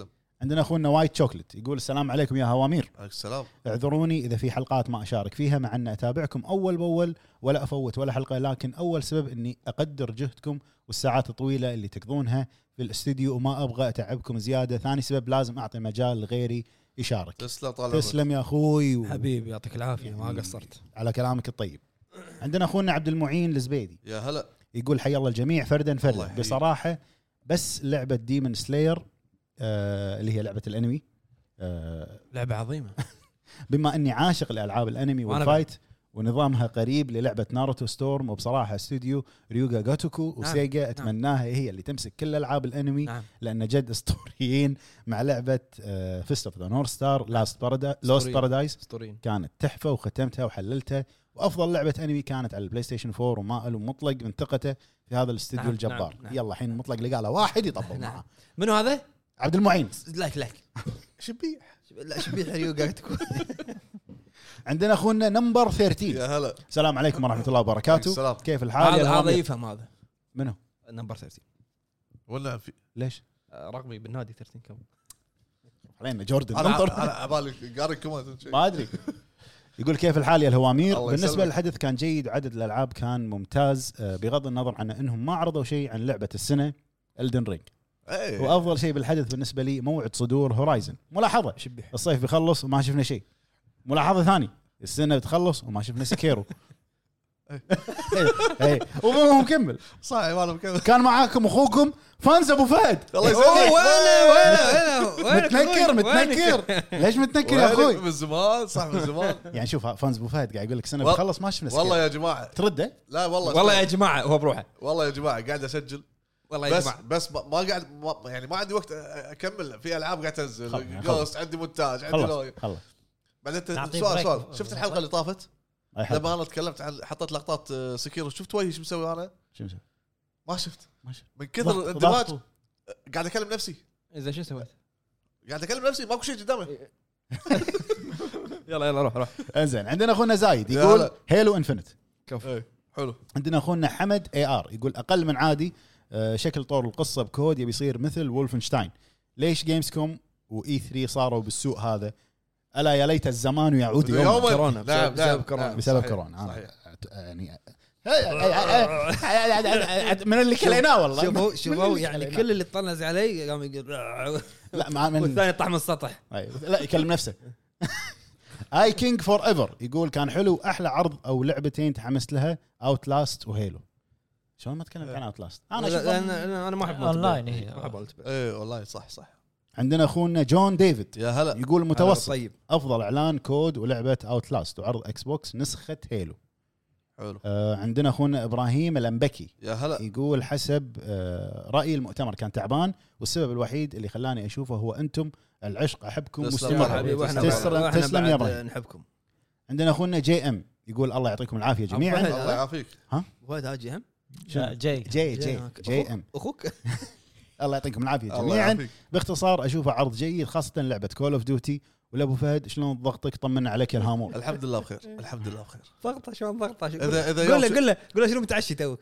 عندنا اخونا وايت شوكلت يقول السلام عليكم يا هوامير، عليك السلام. اعذروني اذا في حلقات ما اشارك فيها مع ان اتابعكم اول باول ولا افوت ولا حلقه، لكن اول سبب اني اقدر جهدكم والساعات الطويله اللي تقضونها في الاستديو وما ابغى اتعبكم زياده. ثاني سبب لازم اعطي مجال لغيري يشارك. تسلم طال تسلم يا اخوي و... حبيبي يعطيك العافيه ما قصرت على كلامك الطيب. عندنا اخونا عبد المعين الزبيدي يا هلا. يقول حي الله الجميع فردا الله فردا. يحييك. بصراحه بس لعبه ديمون سلاير آه اللي هي لعبه الانمي آه لعبه عظيمه. بما اني عاشق لالعاب الانمي وأنا والفايت ونظامها قريب للعبه ناروتو ستورم، وبصراحه استوديو ريوغا جوتوكو وسيجا اتمناها هي اللي تمسك كل العاب الانمي نعم. لان جد اسطوريين مع لعبه فيست اوف ذا نورث ستار لاست بارادايس لوست بارادايس اسطوريين. كانت تحفه وختمتها وحللتها، وافضل لعبه انمي كانت على البلاي ستيشن فور، وما له مطلق من ثقته في هذا الاستوديو نعم، الجبار. نعم، نعم. يلا الحين مطلق لقى له واحد يطبل نعم. معه. منو هذا؟ عبد المعين. لايك لايك شبيح. لا شبيح ريوغا. عندنا اخونا نمبر ثلاثة عشر. يا هلا. السلام عليكم ورحمه الله وبركاته. السلام. كيف الحال يا هذا هذا الهوامير؟ يفهم هذا منو؟ نمبر ثلاثين. ولا في ليش؟ رقمي بالنادي ثلاثين كم؟ علينا جوردن انا انطر. انا عبالي قاري كومنت ما ادري. يقول كيف الحال يا الهوامير؟ الله بالنسبه يسلمك. للحدث كان جيد وعدد الالعاب كان ممتاز آه، بغض النظر عن انهم ما عرضوا شيء عن لعبه السنه Elden Ring. ايه. وافضل شيء بالحدث بالنسبه لي موعد صدور هورايزن. ملاحظه شبيح. الصيف بيخلص وما شفنا شيء. ملاحظه ثاني السنه بتخلص وما شفنا سكيرو. اي وهو مكمل. صح ما له مكمل. كان معاكم اخوكم فانز ابو فهد. الله أوه، يسلمك. وينه وينه وينه متنكر متنكر ليش متنكر يا اخوي؟ من زمان صح من زمان. يعني شوف فانز ابو فهد قاعد يقول لك سنه وال- بتخلص ما شفنا والله سكيرو. يا جماعه ترده لا والله والله يا جماعه هو بروحه. والله يا جماعه قاعد اسجل والله يا بس جماعه بس ما ما قاعد ما يعني ما عندي وقت اكمل في العاب قاعد خلاص، انزل يعني جوست عندي مونتاج عندي خلص لوي خلص. بعدين انت نعطيه سؤال بريك. سؤال شفت الحلقه اللي طافت أي حلقة. لما انا تكلمت عن حطيت لقطات آه، سكيرو شفت وجهي شو مسوي انا شو مسوي؟ ما شفت ما شفت. من كثر ضغط- الاندماج ضغط. قاعد اكلم نفسي اذا شو سويت؟ قاعد اكلم نفسي ماكو شيء قدامي يلا يلا روح روح. انزين عندنا اخونا زايد يا يقول هلا. هيلو انفنت. كفو. ايه حلو عندنا اخونا حمد اي ار يقول اقل من عادي آه، شكل طور القصه بكود يبي يصير مثل وولفنشتاين. ليش جيمز كوم واي ثري صاروا بالسوء هذا؟ الا يا ليت الزمان يعود يوما يوما. كورونا، نعم بسبب- نعم بسبب كورونا. نعم. بسبب صحيح. كورونا. صحيح. أنا يعني من اللي كليناه والله. شوفوا من شوفوا اللي يعني كليناه. كل اللي طنز علي قام يقول لا ما من والثاني طاح من السطح. أي، لا يكلم نفسه. اي كينج فور ايفر يقول كان حلو احلى عرض او لعبتين تحمست لها اوت لاست وهيلو. شلون ما تكلمت عن اوت لاست؟ انا لا، اشوف انا انا أنا ما احب أونلاين هي. ما احب ملتي بلاير. ايه والله صح صح عندنا اخونا جون ديفيد يا هلا يقول متوسط طيب افضل اعلان كود ولعبه اوت لاست وعرض اكس بوكس نسخه هيلو. حلو آه عندنا اخونا ابراهيم الانبكي يا هلا يقول حسب آه رايي المؤتمر كان تعبان والسبب الوحيد اللي خلاني اشوفه هو انتم العشق احبكم تسلم يا مرة. مستمر. حبيبي واحنا تسلم- بعد- واحنا تسلم يا بعد إبراهيم. نحبكم. عندنا اخونا جي ام يقول الله يعطيكم العافيه جميعا. أبو فهد. الله يعافيك فهد هاجي هم لا، جاي جي جي جي ام اخوك الله يعطيكم العافيه الله جميعا. يعافيك. باختصار اشوفه عرض جيد خاصه لعبه كول اوف ديوتي. ولابو فهد شلون ضغطك طمنا عليك يا الهامور. الحمد لله بخير الحمد لله بخير ضغطه شلون ضغطه اذا اذا قول يوم له ش- قول له قول له شنو متعشي توك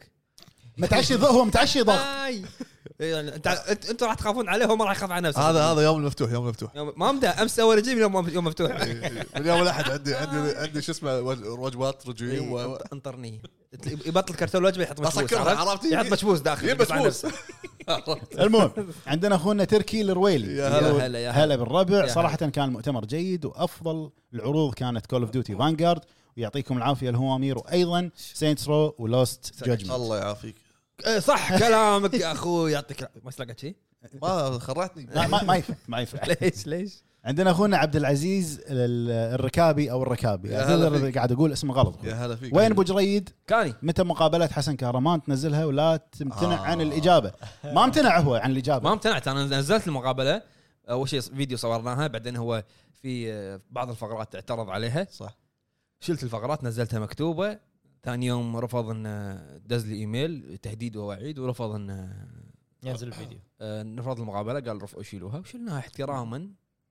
متعشي ضغط هو متعشي ضغط. اي يعني انت انت انتوا راح تخافون عليه هو ما راح يخاف على نفسه. هذا هذا يوم المفتوح يوم المفتوح يوم- ما ابدا امس اول رجيم يوم يوم مفتوح. من يوم الاحد عندي عندي عندي شو اسمه وج- وجبات رجيم و... إيه، انطرني يبطل كرتون الوجبه يحط مشبوس. اسكرها عرفت؟ عرفت يحط مشبوس داخل يبى يقص على مشبوس. نفسه. المهم عندنا اخونا تركي الرويلي يا هلا. يقول يا هلا، يا هلا هلا. بالربع. يا صراحه كان المؤتمر جيد وافضل العروض كانت كول اوف ديوتي فانجارد ويعطيكم العافيه الهوامير وايضا سينتس رو ولوست جادجمنت. الله يعافيك إيه، صح كلامك يا اخوي يعطيك العافية. ما سلقت شيء ما خرعتني لا ما ما ينفع ما ينفع. ليش ليش عندنا اخونا عبد العزيز ال- الركابي او الركابي يا هلا أعتذر فيك. قاعد اقول اسمه غلط. يا هلا فيك وين ابو جريد؟ كاني متى مقابله حسن كهرمان تنزلها ولا تمتنع آه. عن الاجابه؟ ما امتنع هو عن الاجابه. ما امتنعت انا نزلت المقابله اول شيء فيديو صورناها بعدين هو في آه، بعض الفقرات اعترض عليها صح شلت الفقرات نزلتها مكتوبه ثاني يوم رفض انه دز لي ايميل تهديد ووعيد ورفض انه ينزل الفيديو. آه، نرفض المقابله قال رفعوا شيلوها وشلناها احتراما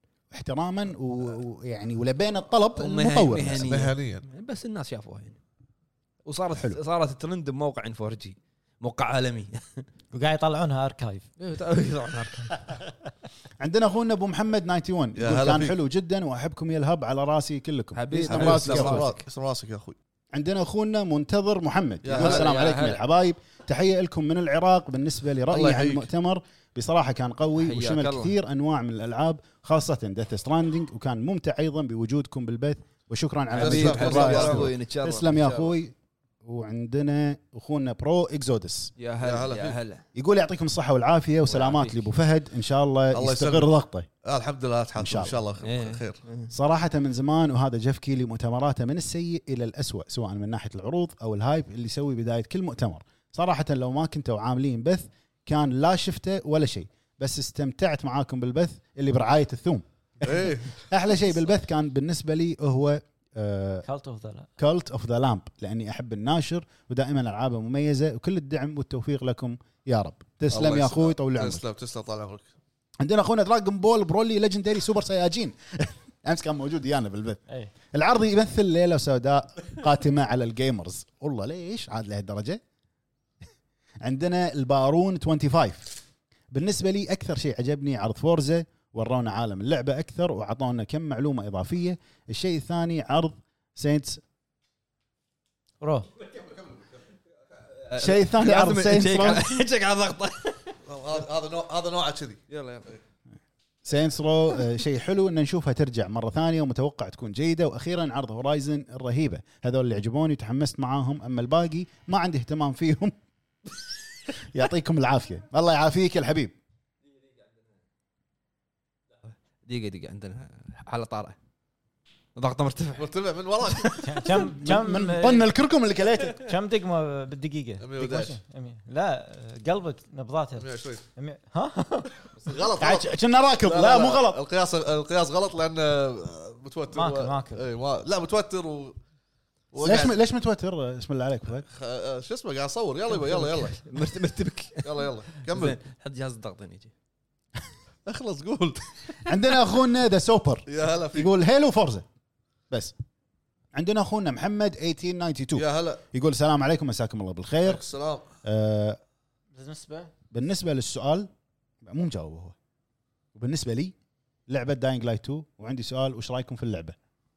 احتراما و- ويعني ولبينا الطلب ومهني- المطور. مهني. مهنيا بس الناس شافوها يعني وصارت حلو. حلو. صارت الترند بموقع فور جي موقع عالمي. وقاعد يطلعونها اركايف. عندنا اخونا ابو محمد واحد وتسعين يا يقول هلا كان فيك. حلو جدا واحبكم يا الهب على راسي كلكم. حبيبي، يسلم حبيبي، راسك يا يسلم اخوي. راسك. اسم راسك يا اخوي. عندنا اخونا منتظر محمد يا يقول هلا، السلام يا عليكم هلا. يا الحبايب، تحيه لكم من العراق. بالنسبه الله لرايي عن يحييك. المؤتمر بصراحه كان قوي حياك وشمل الله. كثير انواع من الالعاب خاصه ديث ستراندنج، وكان ممتع ايضا بوجودكم بالبث، وشكرا على حبيبي، المجهود حبيبي، الرائع. يا اخوي، نتشرف. تسلم يا نتشرف. اخوي. وعندنا اخونا برو اكزودس يا يا هلا هلا يا فيك. هلا. يقول يعطيكم الصحه والعافيه وسلامات ويعافيك. لابو فهد، ان شاء الله, الله يستقر يسلمك. ضغطه. آه الحمد لله تحت إن ان شاء شاء الله إيه. خير. صراحة من زمان وهذا جفكي لمؤتمراته من السيء إلى الأسوأ، سواء من ناحية العروض أو الهايب اللي يسوي بداية كل مؤتمر. صراحة لو ما كنتوا عاملين بث كان لا شفته ولا شيء، بس استمتعت معاكم بالبث اللي برعاية الثوم. ايه أحلى شيء بالبث كان بالنسبة لي هو كالت اوف ذا كولت اوف ذا لامب، لأني أحب الناشر ودائما ألعابه مميزة، وكل الدعم والتوفيق لكم يا رب. تسلم الله يا يسلمك. أخوي، طول عمرك. تسلم تسلم طال عمرك. عندنا أخونا دراغون بول برولي ليجندري سوبر سياجين أمس كان موجود ويانا بالبث. اي العرض يمثل ليلة سوداء قاتمة على الجيمرز. والله ليش عاد لهالدرجة؟ عندنا البارون خمسة وعشرين. بالنسبة لي أكثر شيء عجبني عرض فورزا، ورونا عالم اللعبة أكثر وعطونا كم معلومة إضافية. الشيء الثاني عرض سينتس رو الشيء الثاني عرض سينتس رو تشيك على ضغطه. هذا هذا نوع هذا نوعه كذي. يلا يلا. سينتس رو آه، شيء حلو ان نشوفها ترجع مرة ثانية ومتوقع تكون جيدة. وأخيرا عرض هورايزن الرهيبة، هذول اللي عجبوني وتحمست معاهم، أما الباقي ما عندي اهتمام فيهم. يعطيكم العافية. الله يعافيك يا الحبيب. دقيقه دقيقه عندنا حاله طارئه، ضغطه مرتفع. مرتفع من وراك. كم كم من طن الكركم اللي كليته. كم دقمه بالدقيقه؟ مية وأحد عشر. دقمة- لا قلبك نبضاتها مية وعشرين. مية- ها غلط قاعد غلط. كنا راكض. لا مو غلط. القياس القياس غلط لان متوتر. ماكل- و- ماكل. اي ما لا متوتر و ليش م... ليش متوتر؟ اسم الله عليك فهد. خ... آه، شو اسمه قاعد اصور. يلا يبا يلا يلا مرت- مرتبك. يلا يلا زين، كمل. حط جهاز الضغط هنا يجي. اخلص قول. عندنا اخونا ذا سوبر يا هلا فيك. يقول هيلو فورزا بس. عندنا اخونا محمد ألف وثمانمية وواحد وتسعين يا هلا. يقول السلام عليكم مساكم الله بالخير. السلام. آه بالنسبه بالنسبه للسؤال مو مجاوب هو. وبالنسبه لي لعبه داينج لايت اثنين، وعندي سؤال وش رايكم في اللعبه؟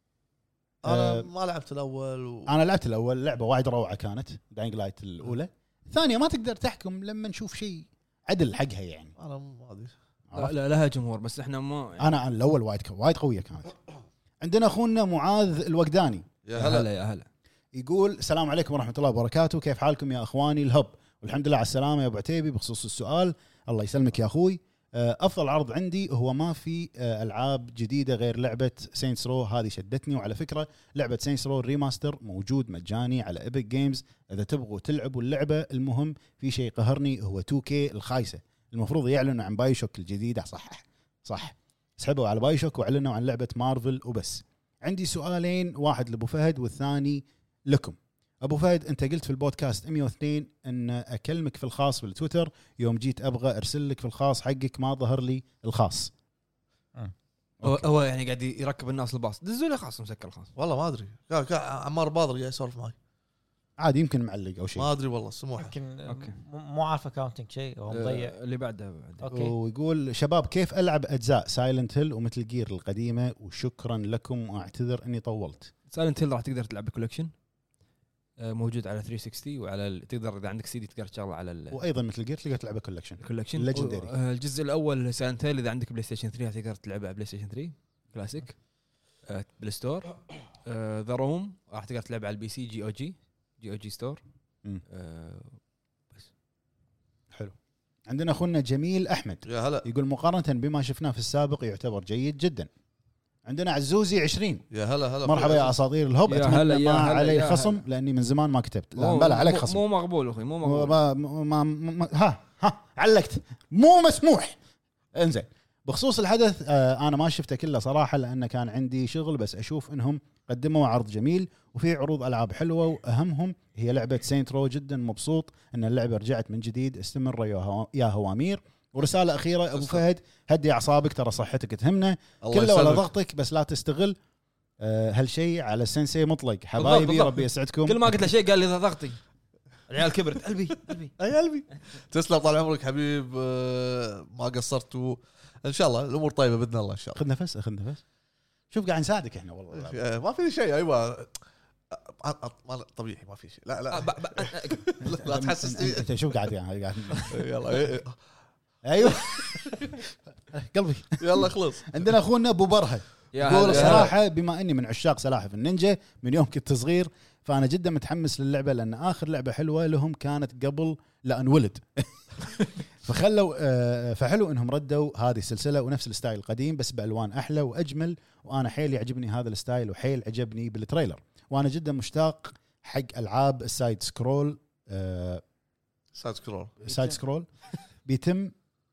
انا آه، ما لعبت الاول و... انا لعبت الاول، لعبه وايد روعه كانت داينج لايت الاولى. الثانيه ما تقدر تحكم لما نشوف شيء عدل حقها يعني. انا ما ادري. لا لا لها جمهور بس احنا ما يعني. انا أنا الاول وايد وايد قويه كانت. عندنا اخونا معاذ الوقداني يا يا هلا. هلا يا هلا. يقول السلام عليكم ورحمه الله وبركاته، كيف حالكم يا اخواني الهب؟ والحمد لله على السلامه يا ابو عتيبي. بخصوص السؤال الله يسلمك يا اخوي، افضل عرض عندي هو ما في العاب جديده غير لعبه سينتس رو، هذه شدتني. وعلى فكره لعبه سينتس رو ريماستر موجود مجاني على ايبك جيمز اذا تبغوا تلعبوا اللعبه. المهم في شيء قهرني هو تو كيه الخايسه، المفروض يعلنوا عن باي شوك الجديده. صح صح سحبوا على باي شوك واعلنوا عن لعبه مارفل وبس. عندي سؤالين، واحد لابو فهد والثاني لكم. ابو فهد انت قلت في البودكاست مية واثنين ان اكلمك في الخاص بالتويتر، يوم جيت ابغى ارسل لك في الخاص حقك ما ظهر لي الخاص. هو, هو يعني قاعد يركب الناس الباص، دزوا لي خاص مسكر الخاص. والله ما ادري. كا- كا- عمار باضر جاي يسولف معي. عادي يمكن معلق او شيء. ما ادري والله سموحه. يمكن أوكي. مو- مو عارف اكاونتنج شيء او مضيع. آه، اللي بعده بعده. اوكي ويقول شباب كيف العب اجزاء سايلنت هيل ومثل جير القديمه، وشكرا لكم واعتذر اني طولت. سايلنت هيل راح تقدر تلعب بكولكشن موجود على ثلاثمية وستين، وعلى ال... تقدر اذا عندك سيدي تقدر تشغله على ال- وايضا مثل جير تلقى تلعبه كولكشن. الكولكشن. Legendary. آه، الجزء الاول سايلنت هيل اذا عندك بلاي ستيشن ثلاثة تقدر تلعبه على بلاي ستيشن ثلاثة كلاسيك آه، بالستور. ذا روم راح تقدر تلعبه على البي سي جي او جي جي او جي ستور. مم. آه، حلو. عندنا اخونا جميل احمد يا هلا. يقول مقارنه بما شفناه في السابق يعتبر جيد جدا. عندنا عزوزي عشرين يا هلا هلا. مرحبا يا اساطير الهب. يا اتمنى هلا، يا ما هلا، علي يا خصم هلا. لاني من زمان ما كتبت. لا مو- بلا عليك مو- خصم. مو مقبول اخوي، مو مقبول. ما ما ما ها ها علقت مو مسموح. انزين بخصوص الحدث آه انا ما شفته كله صراحه لانه كان عندي شغل، بس اشوف انهم قدموا عرض جميل وفي عروض العاب حلوه، واهمهم هي لعبه سينت رو. جدا مبسوط ان اللعبه رجعت من جديد. استمر يا هو- يا هوامير. ورساله اخيره ابو تسلم. فهد هدي اعصابك، ترى صحتك تهمنا الله كله ولا يسلمك. ضغطك، بس لا تستغل آه هالشيء على السنسي مطلق. حبايبي بالضبط. ربي يسعدكم. كل ما قلت له شيء قال لي ضغطي. العيال كبرت قلبي قلبي اي قلبي. تسلم طال عمرك حبيب، آه، ما قصرتوا ان شاء الله الامور طيبه باذن الله ان شاء خذ نفس خذ نفس. شوف قاعد نساعدك احنا والله. الله. ما في شيء ايوه ما طبيعي ما في شيء. لا لا لا تحسسني. انت شوف قاعد يعني قاعد يلا ايوه قلبي. يلا خلص. عندنا اخونا ابو برهه يقول الصراحه بما اني من عشاق سلاحف النينجا من يوم كنت صغير، فانا جدا متحمس للعبه لان اخر لعبه حلوه لهم كانت قبل لا انولد. فخلوا آه، فحلو انهم ردوا هذه السلسله ونفس الستايل القديم بس بالوان احلى واجمل، وانا حيل يعجبني هذا الستايل وحيل عجبني بالتريلر، وانا جدا مشتاق حق العاب السايد سكرول. آه، سايد سكرول سايد سكرول بيتم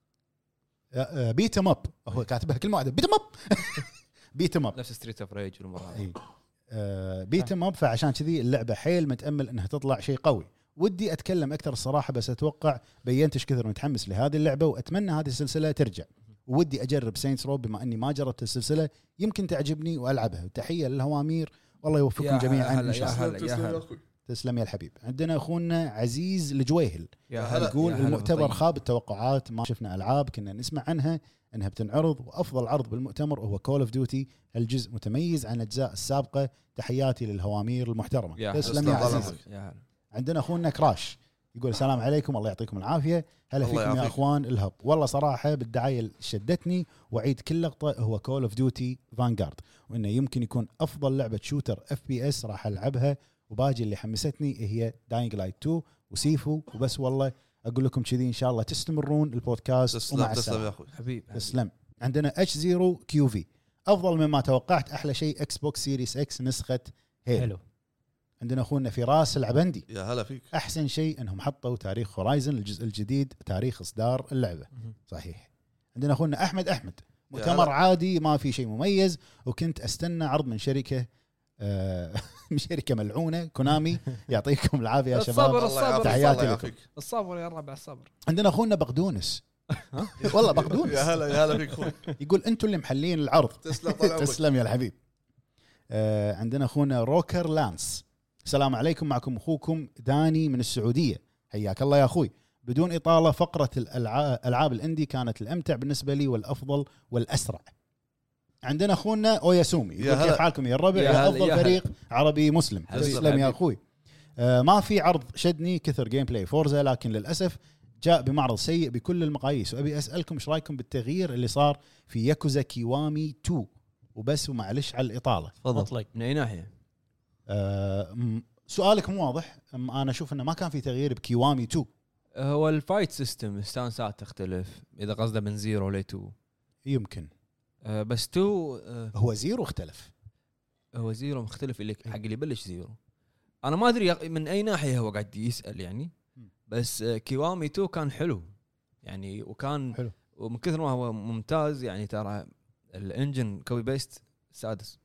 آه، بيتم اب، هو كاتبها كلمه واحده بيتم اب. بيتم اب نفس ستريت اوف ريج والمرات اي آه، بيتم اب، فعشان كذي اللعبه حيل متامل انها تطلع شيء قوي. ودي اتكلم اكثر الصراحه بس اتوقع بينت ايش كثر متحمس لهذه اللعبه واتمنى هذه السلسله ترجع، ودي اجرب ساينس رو بما اني ما جربت السلسله يمكن تعجبني والعبها. تحيه للهوامير والله يوفقكم جميعا ان شاء الله. تسلم يا الحبيب. عندنا اخونا عزيز الجويهل يقول المؤتمر خاب التوقعات، ما شفنا العاب كنا نسمع عنها انها بتنعرض، وافضل عرض بالمؤتمر هو كول اوف ديوتي، الجزء متميز عن الاجزاء السابقه. تحياتي للهوامير المحترمه. تسلم يا عزيز. عندنا اخونا كراش يقول السلام عليكم الله يعطيكم العافيه، هلا فيكم يا اخوان الهب. والله صراحه بالدعايه اللي شدتني وعيد كل لقطه هو كول اوف ديوتي فانغارد، وانه يمكن يكون افضل لعبه شوتر اف بي اس راح العبها، وباجي اللي حمستني هي داينج لايت تو وسيفو وبس. والله اقول لكم كذي ان شاء الله تستمرون البودكاست. تسلم تسلم يا اخوي حبيب تسلم. عندنا اتش صفر كيو في افضل مما توقعت، احلى شيء اكس بوكس سيريس اكس نسخه هيلو. حلو. عندنا اخونا فراس العبندي يا هلا فيك، احسن شيء انهم حطوا تاريخ هورايزن الجزء الجديد تاريخ اصدار اللعبه. صحيح. عندنا اخونا احمد احمد مؤتمر عادي ما في شيء مميز، وكنت استنى عرض من شركه آه من شركه ملعونه كونامي. يعطيكم العافيه يا شباب. الصبر الصبر تحياتي لكم. الصبر يا ربع الصبر. عندنا اخونا بقدونس. والله بقدونس. يا هلا يا هلا فيك اخوي. يقول انتم اللي محلين العرض. تسلم طال عمرك. تسلم يا الحبيب. آه عندنا اخونا روكر لانس السلام عليكم، معكم اخوكم داني من السعوديه، حياك الله يا اخوي. بدون اطاله فقره الالعاب الاندي كانت الامتع بالنسبه لي والافضل والاسرع. عندنا اخونا اوياسومي يقول كيف حالكم يا الربع يا, يا افضل يا فريق هل. عربي مسلم. تسلم يا اخوي. آه ما في عرض شدني كثر جيم بلاي فورزا، لكن للاسف جاء بمعرض سيء بكل المقاييس، وابي اسالكم ايش رايكم بالتغيير اللي صار في ياكوزا كيوامي تو وبس، ومعلش على الاطاله. تفضل. من اي ناحيه؟ آه سؤالك مو واضح. انا اشوف انه ما كان في تغيير بكيوامي تو. هو الفايت سيستم الستانسات تختلف، اذا قصده من زيرو ل تو يمكن. أه بس تو أه هو زيرو اختلف. هو زيرو مختلف اللي حق اللي يبلش زيرو. انا ما ادري من اي ناحيه هو قاعد يسال يعني، بس كيوامي تو كان حلو يعني، وكان حلو ومن كثر ما هو ممتاز يعني، ترى الانجن كوبي بيست سادس.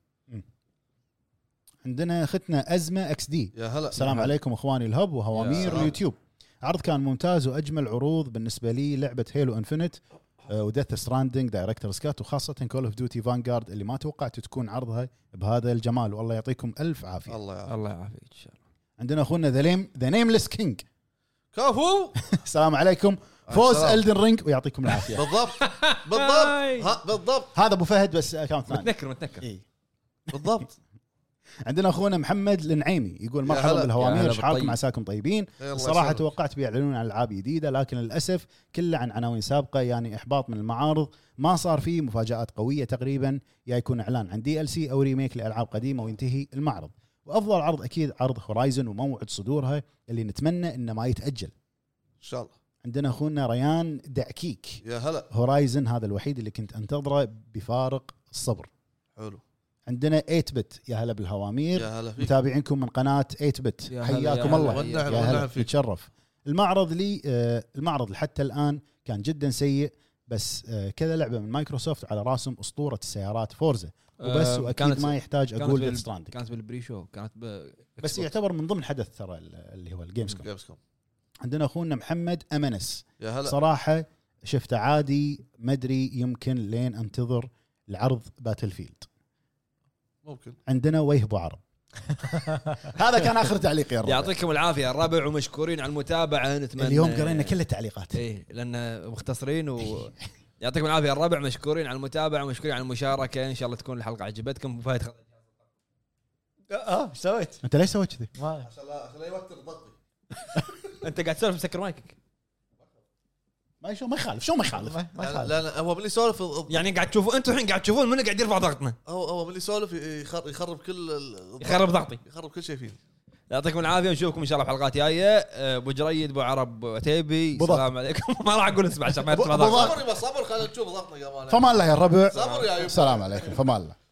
عندنا اختنا ازمه اكس دي. يا هلا. السلام عليكم اخواني الهب وهوامير اليوتيوب. عرض كان ممتاز واجمل عروض بالنسبه لي لعبه هيلو انفينيت وديث ستراندنج دايركتور سكات، وخاصه كول اوف ديوتي فانغارد اللي ما توقعت تكون عرضها بهذا الجمال، والله يعطيكم الف عافيه. الله يعافيك. الله يعافيك ان شاء الله. عندنا اخونا ذا نيم ذا نيمليس كينج. كفو. السلام عليكم. فوز ألدن رينج ويعطيكم العافيه. بالضبط بالضبط ها بالضبط. هذا ابو فهد بس اكونت ثاني. متذكر متذكر إيه. بالضبط. عندنا اخونا محمد النعيمي يقول مرحبا بالهوامير، ايش حالكم عساكم طيبين. الصراحه توقعت بيعلنون عن العاب جديده، لكن للاسف كله عن عناوين سابقه، يعني احباط من المعارض. ما صار فيه مفاجات قويه تقريبا، يا يكون اعلان عن دي ال سي او ريميك لالعاب قديمه وينتهي المعرض. وافضل عرض اكيد عرض هورايزن وموعد صدورها اللي نتمنى انه ما يتاجل ان شاء الله. عندنا اخونا ريان دعكيك. يا هلا. هورايزن هذا الوحيد اللي كنت انتظره بفارق الصبر. حلو. عندنا ثمانية بت. يا هلا بالهوامير. يا هلا فيك. متابعينكم من قناه ثمانية بت. حياكم الله. يا هلا نتشرف. المعرض لي آه المعرض حتى الان كان جدا سيء، بس آه كذا لعبه من مايكروسوفت على راسهم اسطوره السيارات فورزا وبس. آه واكيد ما يحتاج اقول ديث ستراندنج. كانت بالبري شو كانت ب... بس يعتبر من ضمن حدث ترى اللي هو الجيمز كوم. عندنا اخونا محمد امنس. يا هلا. صراحه شفته عادي، ما ادري يمكن لين انتظر العرض باتل فيلد. ممكن. عندنا ويه ابو عرب. هذا كان اخر تعليق يا الربع. يعطيكم العافيه الربع ومشكورين على المتابعه. نتمنى اليوم قرينا كل التعليقات. ايه لان مختصرين و يعطيكم العافيه الربع، مشكورين على المتابعه ومشكورين على المشاركه. ان شاء الله تكون الحلقه عجبتكم. فهد خ... اه ايش سويت؟ انت ليش سويت كذي؟ ما عشان لا عشان لا يوتر ضغطي. انت قاعد تسولف مسكر مايكك ما شو ما يخالف شو ما يخالف. ما ما لا يخالف. لا لا، هو من اللي يسولف يعني قاعد تشوفوا انتم الحين قاعد تشوفون من قاعد يرفع ضغطنا، هو هو من اللي يسولف يخرب يخرب كل ال- يخرب ضغطي. يخرب كل شيء فيه. يعطيكم العافيه ونشوفكم ان شاء الله في حلقات جايه. ابو جريد، ابو عرب، عتيبي، بالضبط. السلام عليكم. ما راح اقول اسمع عشان ما أبو- يرتفع أبو ضغط. صبر يا صبر خلينا نشوف ضغطنا يا مان. فما الله يا الربع. صبر يا أيوب. السلام عليكم فما الله.